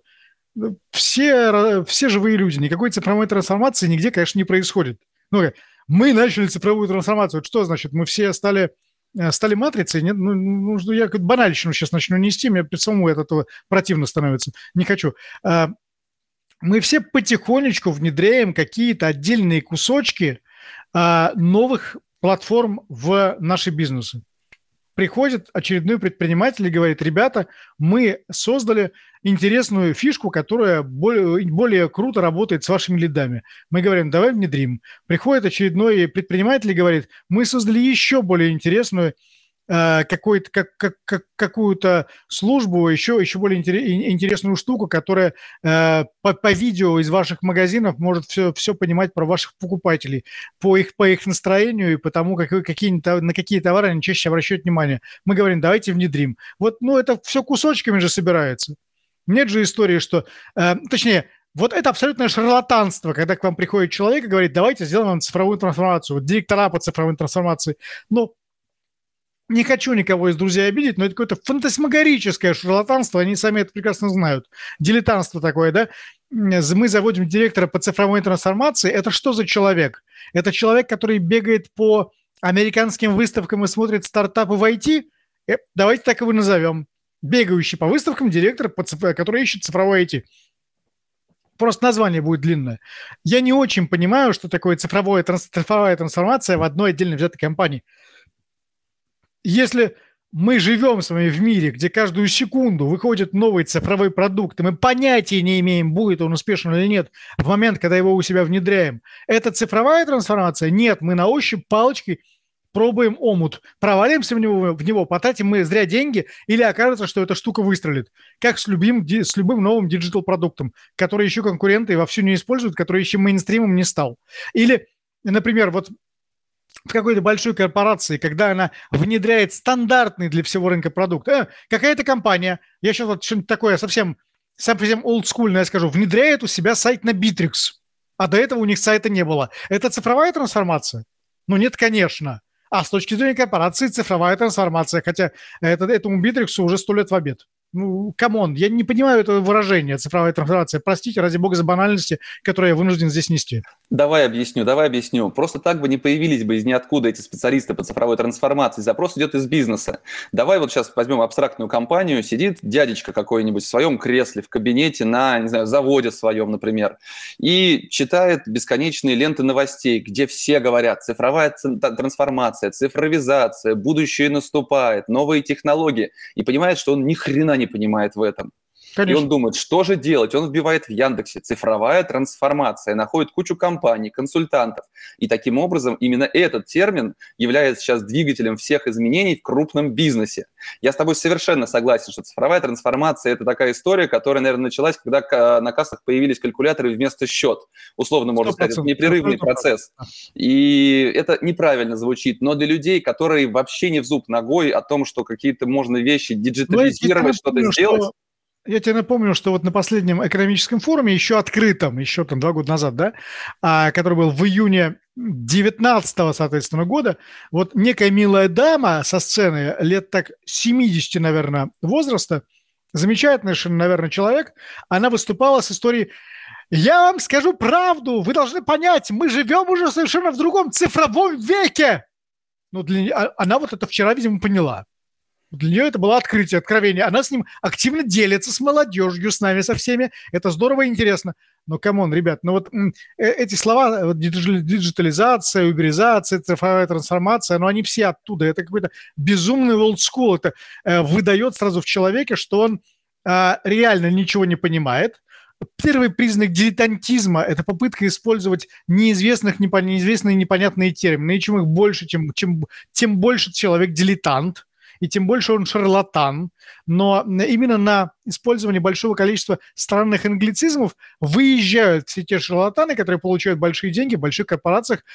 Все живые люди. Никакой цифровой трансформации нигде, конечно, не происходит. Мы начали цифровую трансформацию. Вот что значит? Мы все стали матрицей? Нет, я банальщину сейчас начну нести, мне самому от этого противно становится. Не хочу. Мы все потихонечку внедряем какие-то отдельные кусочки новых платформ в наши бизнесы. Приходит очередной предприниматель и говорит: ребята, мы создали интересную фишку, которая более круто работает с вашими лидами. Мы говорим: давай внедрим. Приходит очередной предприниматель и говорит: мы создали еще более интересную какую-то службу, еще более интересную штуку, которая по видео из ваших магазинов может все понимать про ваших покупателей, по их настроению и по тому, на какие товары они чаще обращают внимание. Мы говорим: давайте внедрим. Это все кусочками же собирается. Нет же истории, что... точнее, вот это абсолютное шарлатанство, когда к вам приходит человек и говорит: давайте сделаем вам цифровую трансформацию. Директора по цифровой трансформации. Не хочу никого из друзей обидеть, но это какое-то фантасмагорическое шарлатанство, они сами это прекрасно знают. Дилетантство такое, да? Мы заводим директора по цифровой трансформации. Это что за человек? Это человек, который бегает по американским выставкам и смотрит стартапы в IT? Давайте так его назовем. Бегающий по выставкам директор, который ищет цифровой IT. Просто название будет длинное. Я не очень понимаю, что такое цифровая трансформация в одной отдельно взятой компании. Если мы живем с вами в мире, где каждую секунду выходит новый цифровой продукт, и мы понятия не имеем, будет он успешен или нет в момент, когда его у себя внедряем, это цифровая трансформация? Нет, мы на ощупь палочкой пробуем омут, провалимся в него, потратим мы зря деньги, или окажется, что эта штука выстрелит. Как с любым новым диджитал-продуктом, который еще конкуренты вовсю не используют, который еще мейнстримом не стал. Или, например, в какой-то большой корпорации, когда она внедряет стандартный для всего рынка продукт. Какая-то компания, я сейчас что-нибудь такое совсем олдскульное скажу, внедряет у себя сайт на Bittrex, а до этого у них сайта не было. Это цифровая трансформация? Нет, конечно. А с точки зрения корпорации цифровая трансформация, хотя этому Битриксу уже 100 лет в обед. Ну, камон, я не понимаю это выражение «цифровая трансформация». Простите, ради бога, за банальности, которые я вынужден здесь нести. Давай объясню. Просто так бы не появились бы из ниоткуда эти специалисты по цифровой трансформации. Запрос идет из бизнеса. Давай вот сейчас возьмем абстрактную компанию. Сидит дядечка какой-нибудь в своем кресле, в кабинете на, не знаю, заводе своем, например, и читает бесконечные ленты новостей, где все говорят: цифровая трансформация, цифровизация, будущее наступает, новые технологии. И понимает, что он ни хрена не понимает в этом. Конечно. И он думает, что же делать? Он вбивает в Яндексе «цифровая трансформация», находит кучу компаний, консультантов. И таким образом именно этот термин является сейчас двигателем всех изменений в крупном бизнесе. Я с тобой совершенно согласен, что цифровая трансформация – это такая история, которая, наверное, началась, когда на кассах появились калькуляторы вместо счет. Условно можно сказать, это непрерывный процесс. И это неправильно звучит, но для людей, которые вообще не в зуб ногой о том, что какие-то можно вещи диджитализировать, что-то сделать… Я тебе напомню, что вот на последнем экономическом форуме, еще открытом, еще там 2 года назад, да, который был в июне 19-го, соответственно, года, вот некая милая дама со сцены, лет так 70, наверное, возраста, замечательный, наверное, человек, она выступала с историей: «Я вам скажу правду, вы должны понять, мы живем уже совершенно в другом цифровом веке». Ну, она вот это вчера, видимо, поняла. Для нее это было открытие, откровение. Она с ним активно делится с молодежью, с нами, со всеми. Это здорово и интересно. Но, камон, ребят, ну вот эти слова, вот, диджитализация, уберизация, цифровая трансформация, ну они все оттуда. Это какой-то безумный old school. Это выдает сразу в человеке, что он реально ничего не понимает. Первый признак дилетантизма – это попытка использовать неизвестные непонятные термины. И чем их больше, тем больше человек дилетант. И тем больше он шарлатан. Но именно на использование большого количества странных англицизмов выезжают все те шарлатаны, которые получают большие деньги в больших корпорациях,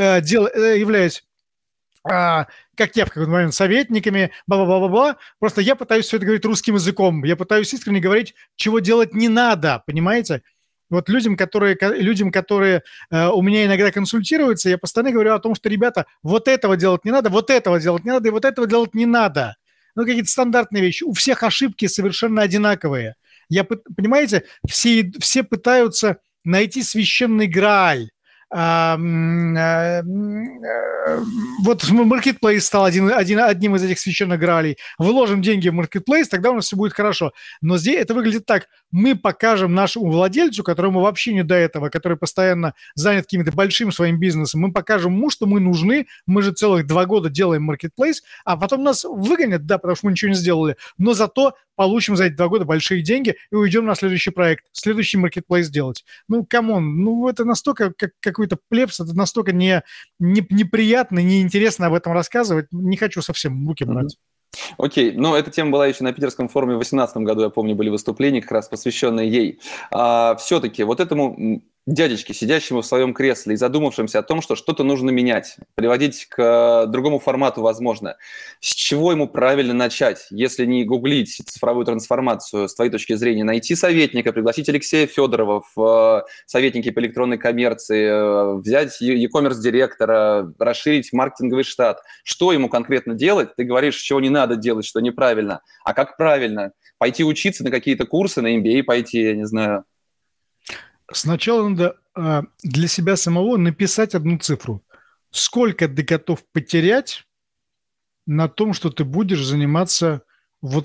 являясь, как я в какой-то момент, советниками, бла-бла-бла-бла. Просто я пытаюсь все это говорить русским языком. Я пытаюсь искренне говорить, чего делать не надо, понимаете? Вот людям, которые у меня иногда консультируются, я постоянно говорю о том, что, ребята, вот этого делать не надо, вот этого делать не надо, и вот этого делать не надо. Ну, какие-то стандартные вещи. У всех ошибки совершенно одинаковые. Понимаете, все пытаются найти священный Грааль. Вот Marketplace стал одним из этих священных граалей. Выложим деньги в Marketplace, тогда у нас все будет хорошо. Но здесь это выглядит так. Мы покажем нашему владельцу, которому вообще не до этого, который постоянно занят каким-то большим своим бизнесом, мы покажем ему, что мы нужны. Мы же целых 2 года делаем Marketplace, а потом нас выгонят, да, потому что мы ничего не сделали. Но зато получим за эти 2 года большие деньги и уйдем на следующий проект, следующий Marketplace делать. Ну, камон, ну это настолько как какой-то плебс, это настолько неприятно, неинтересно об этом рассказывать. Не хочу совсем руки брать. Окей, но эта тема была еще на питерском форуме в 2018 году, я помню, были выступления, как раз посвященные ей. Все-таки вот этому дядечке, сидящему в своем кресле и задумавшимся о том, что что-то нужно менять, приводить к другому формату, возможно. С чего ему правильно начать, если не гуглить цифровую трансформацию, с твоей точки зрения, найти советника, пригласить Алексея Федорова в советники по электронной коммерции, взять e-commerce директора, расширить маркетинговый штат. Что ему конкретно делать? Ты говоришь, чего не надо делать, что неправильно. А как правильно? Пойти учиться на какие-то курсы, на MBA пойти, я не знаю. Сначала надо для себя самого написать одну цифру. Сколько ты готов потерять на том, что ты будешь заниматься вот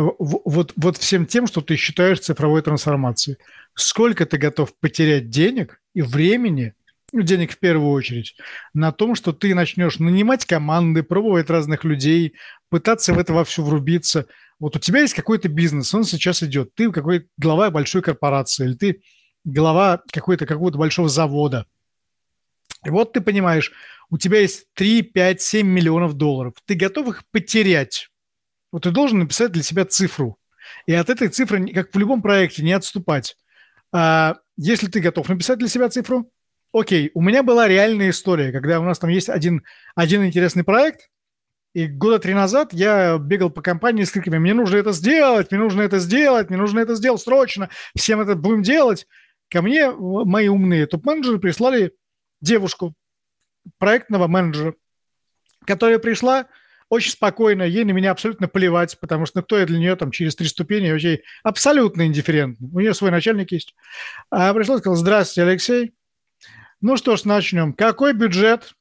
всем тем, что ты считаешь цифровой трансформацией? Сколько ты готов потерять денег и времени, денег в первую очередь, на том, что ты начнешь нанимать команды, пробовать разных людей, пытаться в это вовсю врубиться. Вот у тебя есть какой-то бизнес, он сейчас идет. Ты какой-то глава большой корпорации, или ты глава какого-то большого завода. И вот ты понимаешь, у тебя есть 3, 5, 7 миллионов долларов. Ты готов их потерять. Вот ты должен написать для себя цифру. И от этой цифры, как в любом проекте, не отступать. Если ты готов написать для себя цифру, окей, у меня была реальная история, когда у нас там есть один интересный проект, и 3 года назад я бегал по компании с криками: мне нужно это сделать, мне нужно это сделать, мне нужно это сделать срочно, всем это будем делать. Ко мне мои умные топ-менеджеры прислали девушку, проектного менеджера, которая пришла очень спокойно, ей на меня абсолютно плевать, потому что кто я для нее там через 3 ступени, вообще абсолютно индифферентно. У нее свой начальник есть. А пришла и сказала: здравствуйте, Алексей. Ну что ж, начнем. Какой бюджет?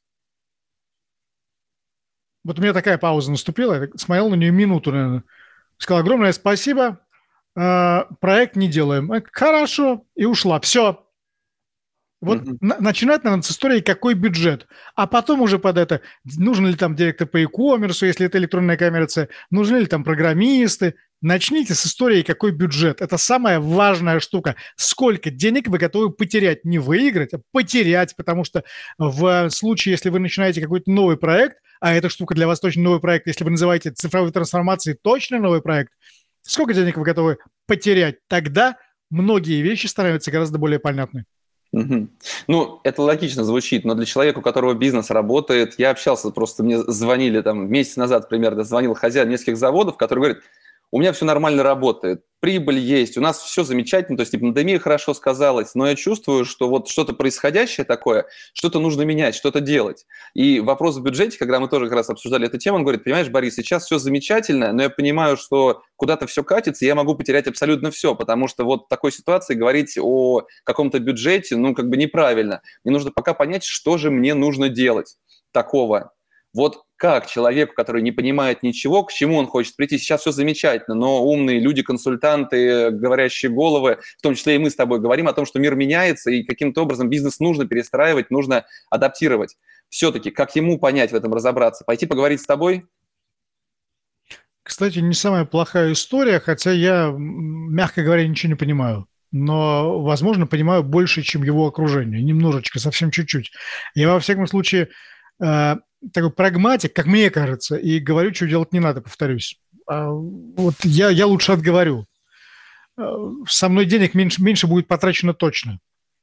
Вот у меня такая пауза наступила, я смотрел на нее минуту, наверное. Сказал: огромное спасибо, проект не делаем. Хорошо, и ушла. Все. Вот начинать надо с истории, какой бюджет, а потом уже под это, нужен ли там директор по e-commerce, если это электронная коммерция, нужны ли там программисты. Начните с истории, какой бюджет. Это самая важная штука. Сколько денег вы готовы потерять, не выиграть, а потерять, потому что в случае, если вы начинаете какой-то новый проект, а эта штука для вас точно новый проект, если вы называете цифровой трансформацией точно новый проект, сколько денег вы готовы потерять, тогда многие вещи становятся гораздо более понятны. Ну, это логично звучит, но для человека, у которого бизнес работает, я общался, просто мне звонили там месяц назад примерно, звонил хозяин нескольких заводов, который говорит: у меня все нормально работает, прибыль есть, у нас все замечательно, то есть пандемия хорошо сказалась, но я чувствую, что вот что-то происходящее такое, что-то нужно менять, что-то делать. И вопрос в бюджете, когда мы тоже как раз обсуждали эту тему, он говорит: понимаешь, Борис, сейчас все замечательно, но я понимаю, что куда-то все катится, и я могу потерять абсолютно все, потому что вот в такой ситуации говорить о каком-то бюджете, ну, как бы неправильно. Мне нужно пока понять, что же мне нужно делать такого. Вот как человеку, который не понимает ничего, к чему он хочет прийти? Сейчас все замечательно, но умные люди, консультанты, говорящие головы, в том числе и мы с тобой говорим о том, что мир меняется, и каким-то образом бизнес нужно перестраивать, нужно адаптировать. Все-таки, как ему понять в этом, разобраться? Пойти поговорить с тобой? Кстати, не самая плохая история, хотя я, мягко говоря, ничего не понимаю. Но, возможно, понимаю больше, чем его окружение. Немножечко, совсем чуть-чуть. Я, во всяком случае, такой прагматик, как мне кажется, и говорю, что делать не надо, повторюсь. Вот я лучше отговорю. Со мной денег меньше будет потрачено точно.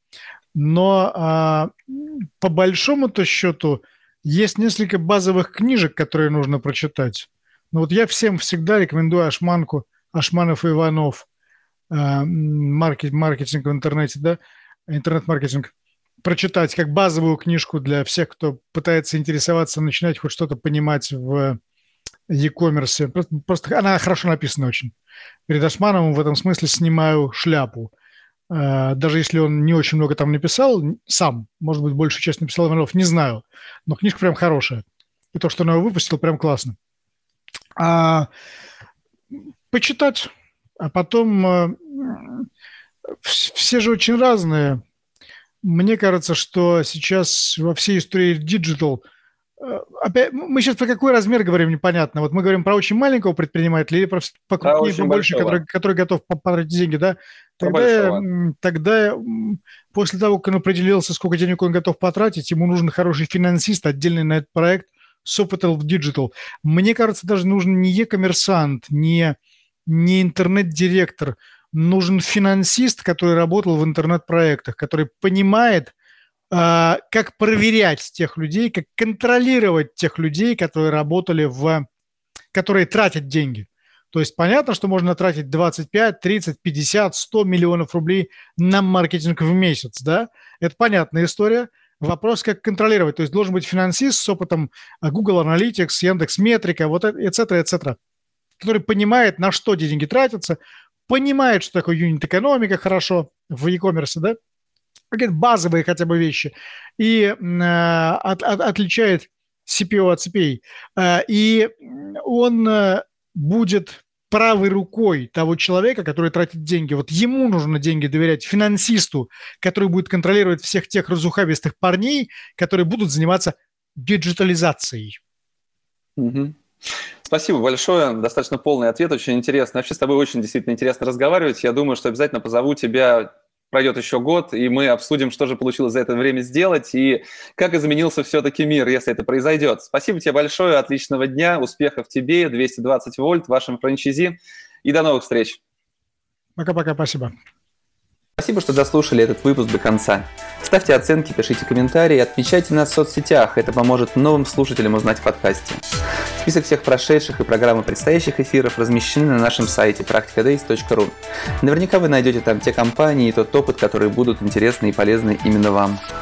Но по большому-то счету есть несколько базовых книжек, которые нужно прочитать. Но вот я всем всегда рекомендую Ашманку, Ашманов и Иванов, маркетинг в интернете, да, интернет-маркетинг, прочитать как базовую книжку для всех, кто пытается интересоваться, начинать хоть что-то понимать в e-commerce. Просто она хорошо написана очень. Перед Ашмановым в этом смысле снимаю шляпу. Даже если он не очень много там написал, сам, может быть, большую часть написал Иванов, не знаю. Но книжка прям хорошая. И то, что он его выпустил, прям классно. Почитать. А потом все же очень разные. Мне кажется, что сейчас во всей истории диджитал... Опять, мы сейчас про какой размер говорим, непонятно. Вот мы говорим про очень маленького предпринимателя или про покрупнее, побольше, который готов потратить деньги, да? Тогда после того, как он определился, сколько денег он готов потратить, ему нужен хороший финансист, отдельный на этот проект, с опытом в диджитал. Мне кажется, даже нужен не e-коммерсант, не интернет-директор, нужен финансист, который работал в интернет-проектах, который понимает, как проверять тех людей, как контролировать тех людей, которые работали которые тратят деньги. То есть понятно, что можно тратить 25, 30, 50, 100 миллионов рублей на маркетинг в месяц, да? Это понятная история. Вопрос, как контролировать. То есть должен быть финансист с опытом Google Analytics, Яндекс.Метрика, вот et cetera, который понимает, на что деньги тратятся, понимает, что такое юнит-экономика хорошо в e-commerce, да? Какие-то базовые хотя бы вещи. И отличает CPO от CPA. И он будет правой рукой того человека, который тратит деньги. Вот ему нужно деньги доверять финансисту, который будет контролировать всех тех разухабистых парней, которые будут заниматься диджитализацией. Спасибо большое. Достаточно полный ответ, очень интересно. Вообще с тобой очень действительно интересно разговаривать. Я думаю, что обязательно позову тебя. Пройдет еще год, и мы обсудим, что же получилось за это время сделать и как изменился все-таки мир, если это произойдет. Спасибо тебе большое, отличного дня, успехов тебе, 220 вольт, вашим франчайзи, и до новых встреч. Пока-пока, спасибо. Спасибо, что дослушали этот выпуск до конца. Ставьте оценки, пишите комментарии, отмечайте нас в соцсетях, это поможет новым слушателям узнать в подкасте. Список всех прошедших и программы предстоящих эфиров размещены на нашем сайте practicadays.ru. Наверняка вы найдете там те компании и тот опыт, которые будут интересны и полезны именно вам.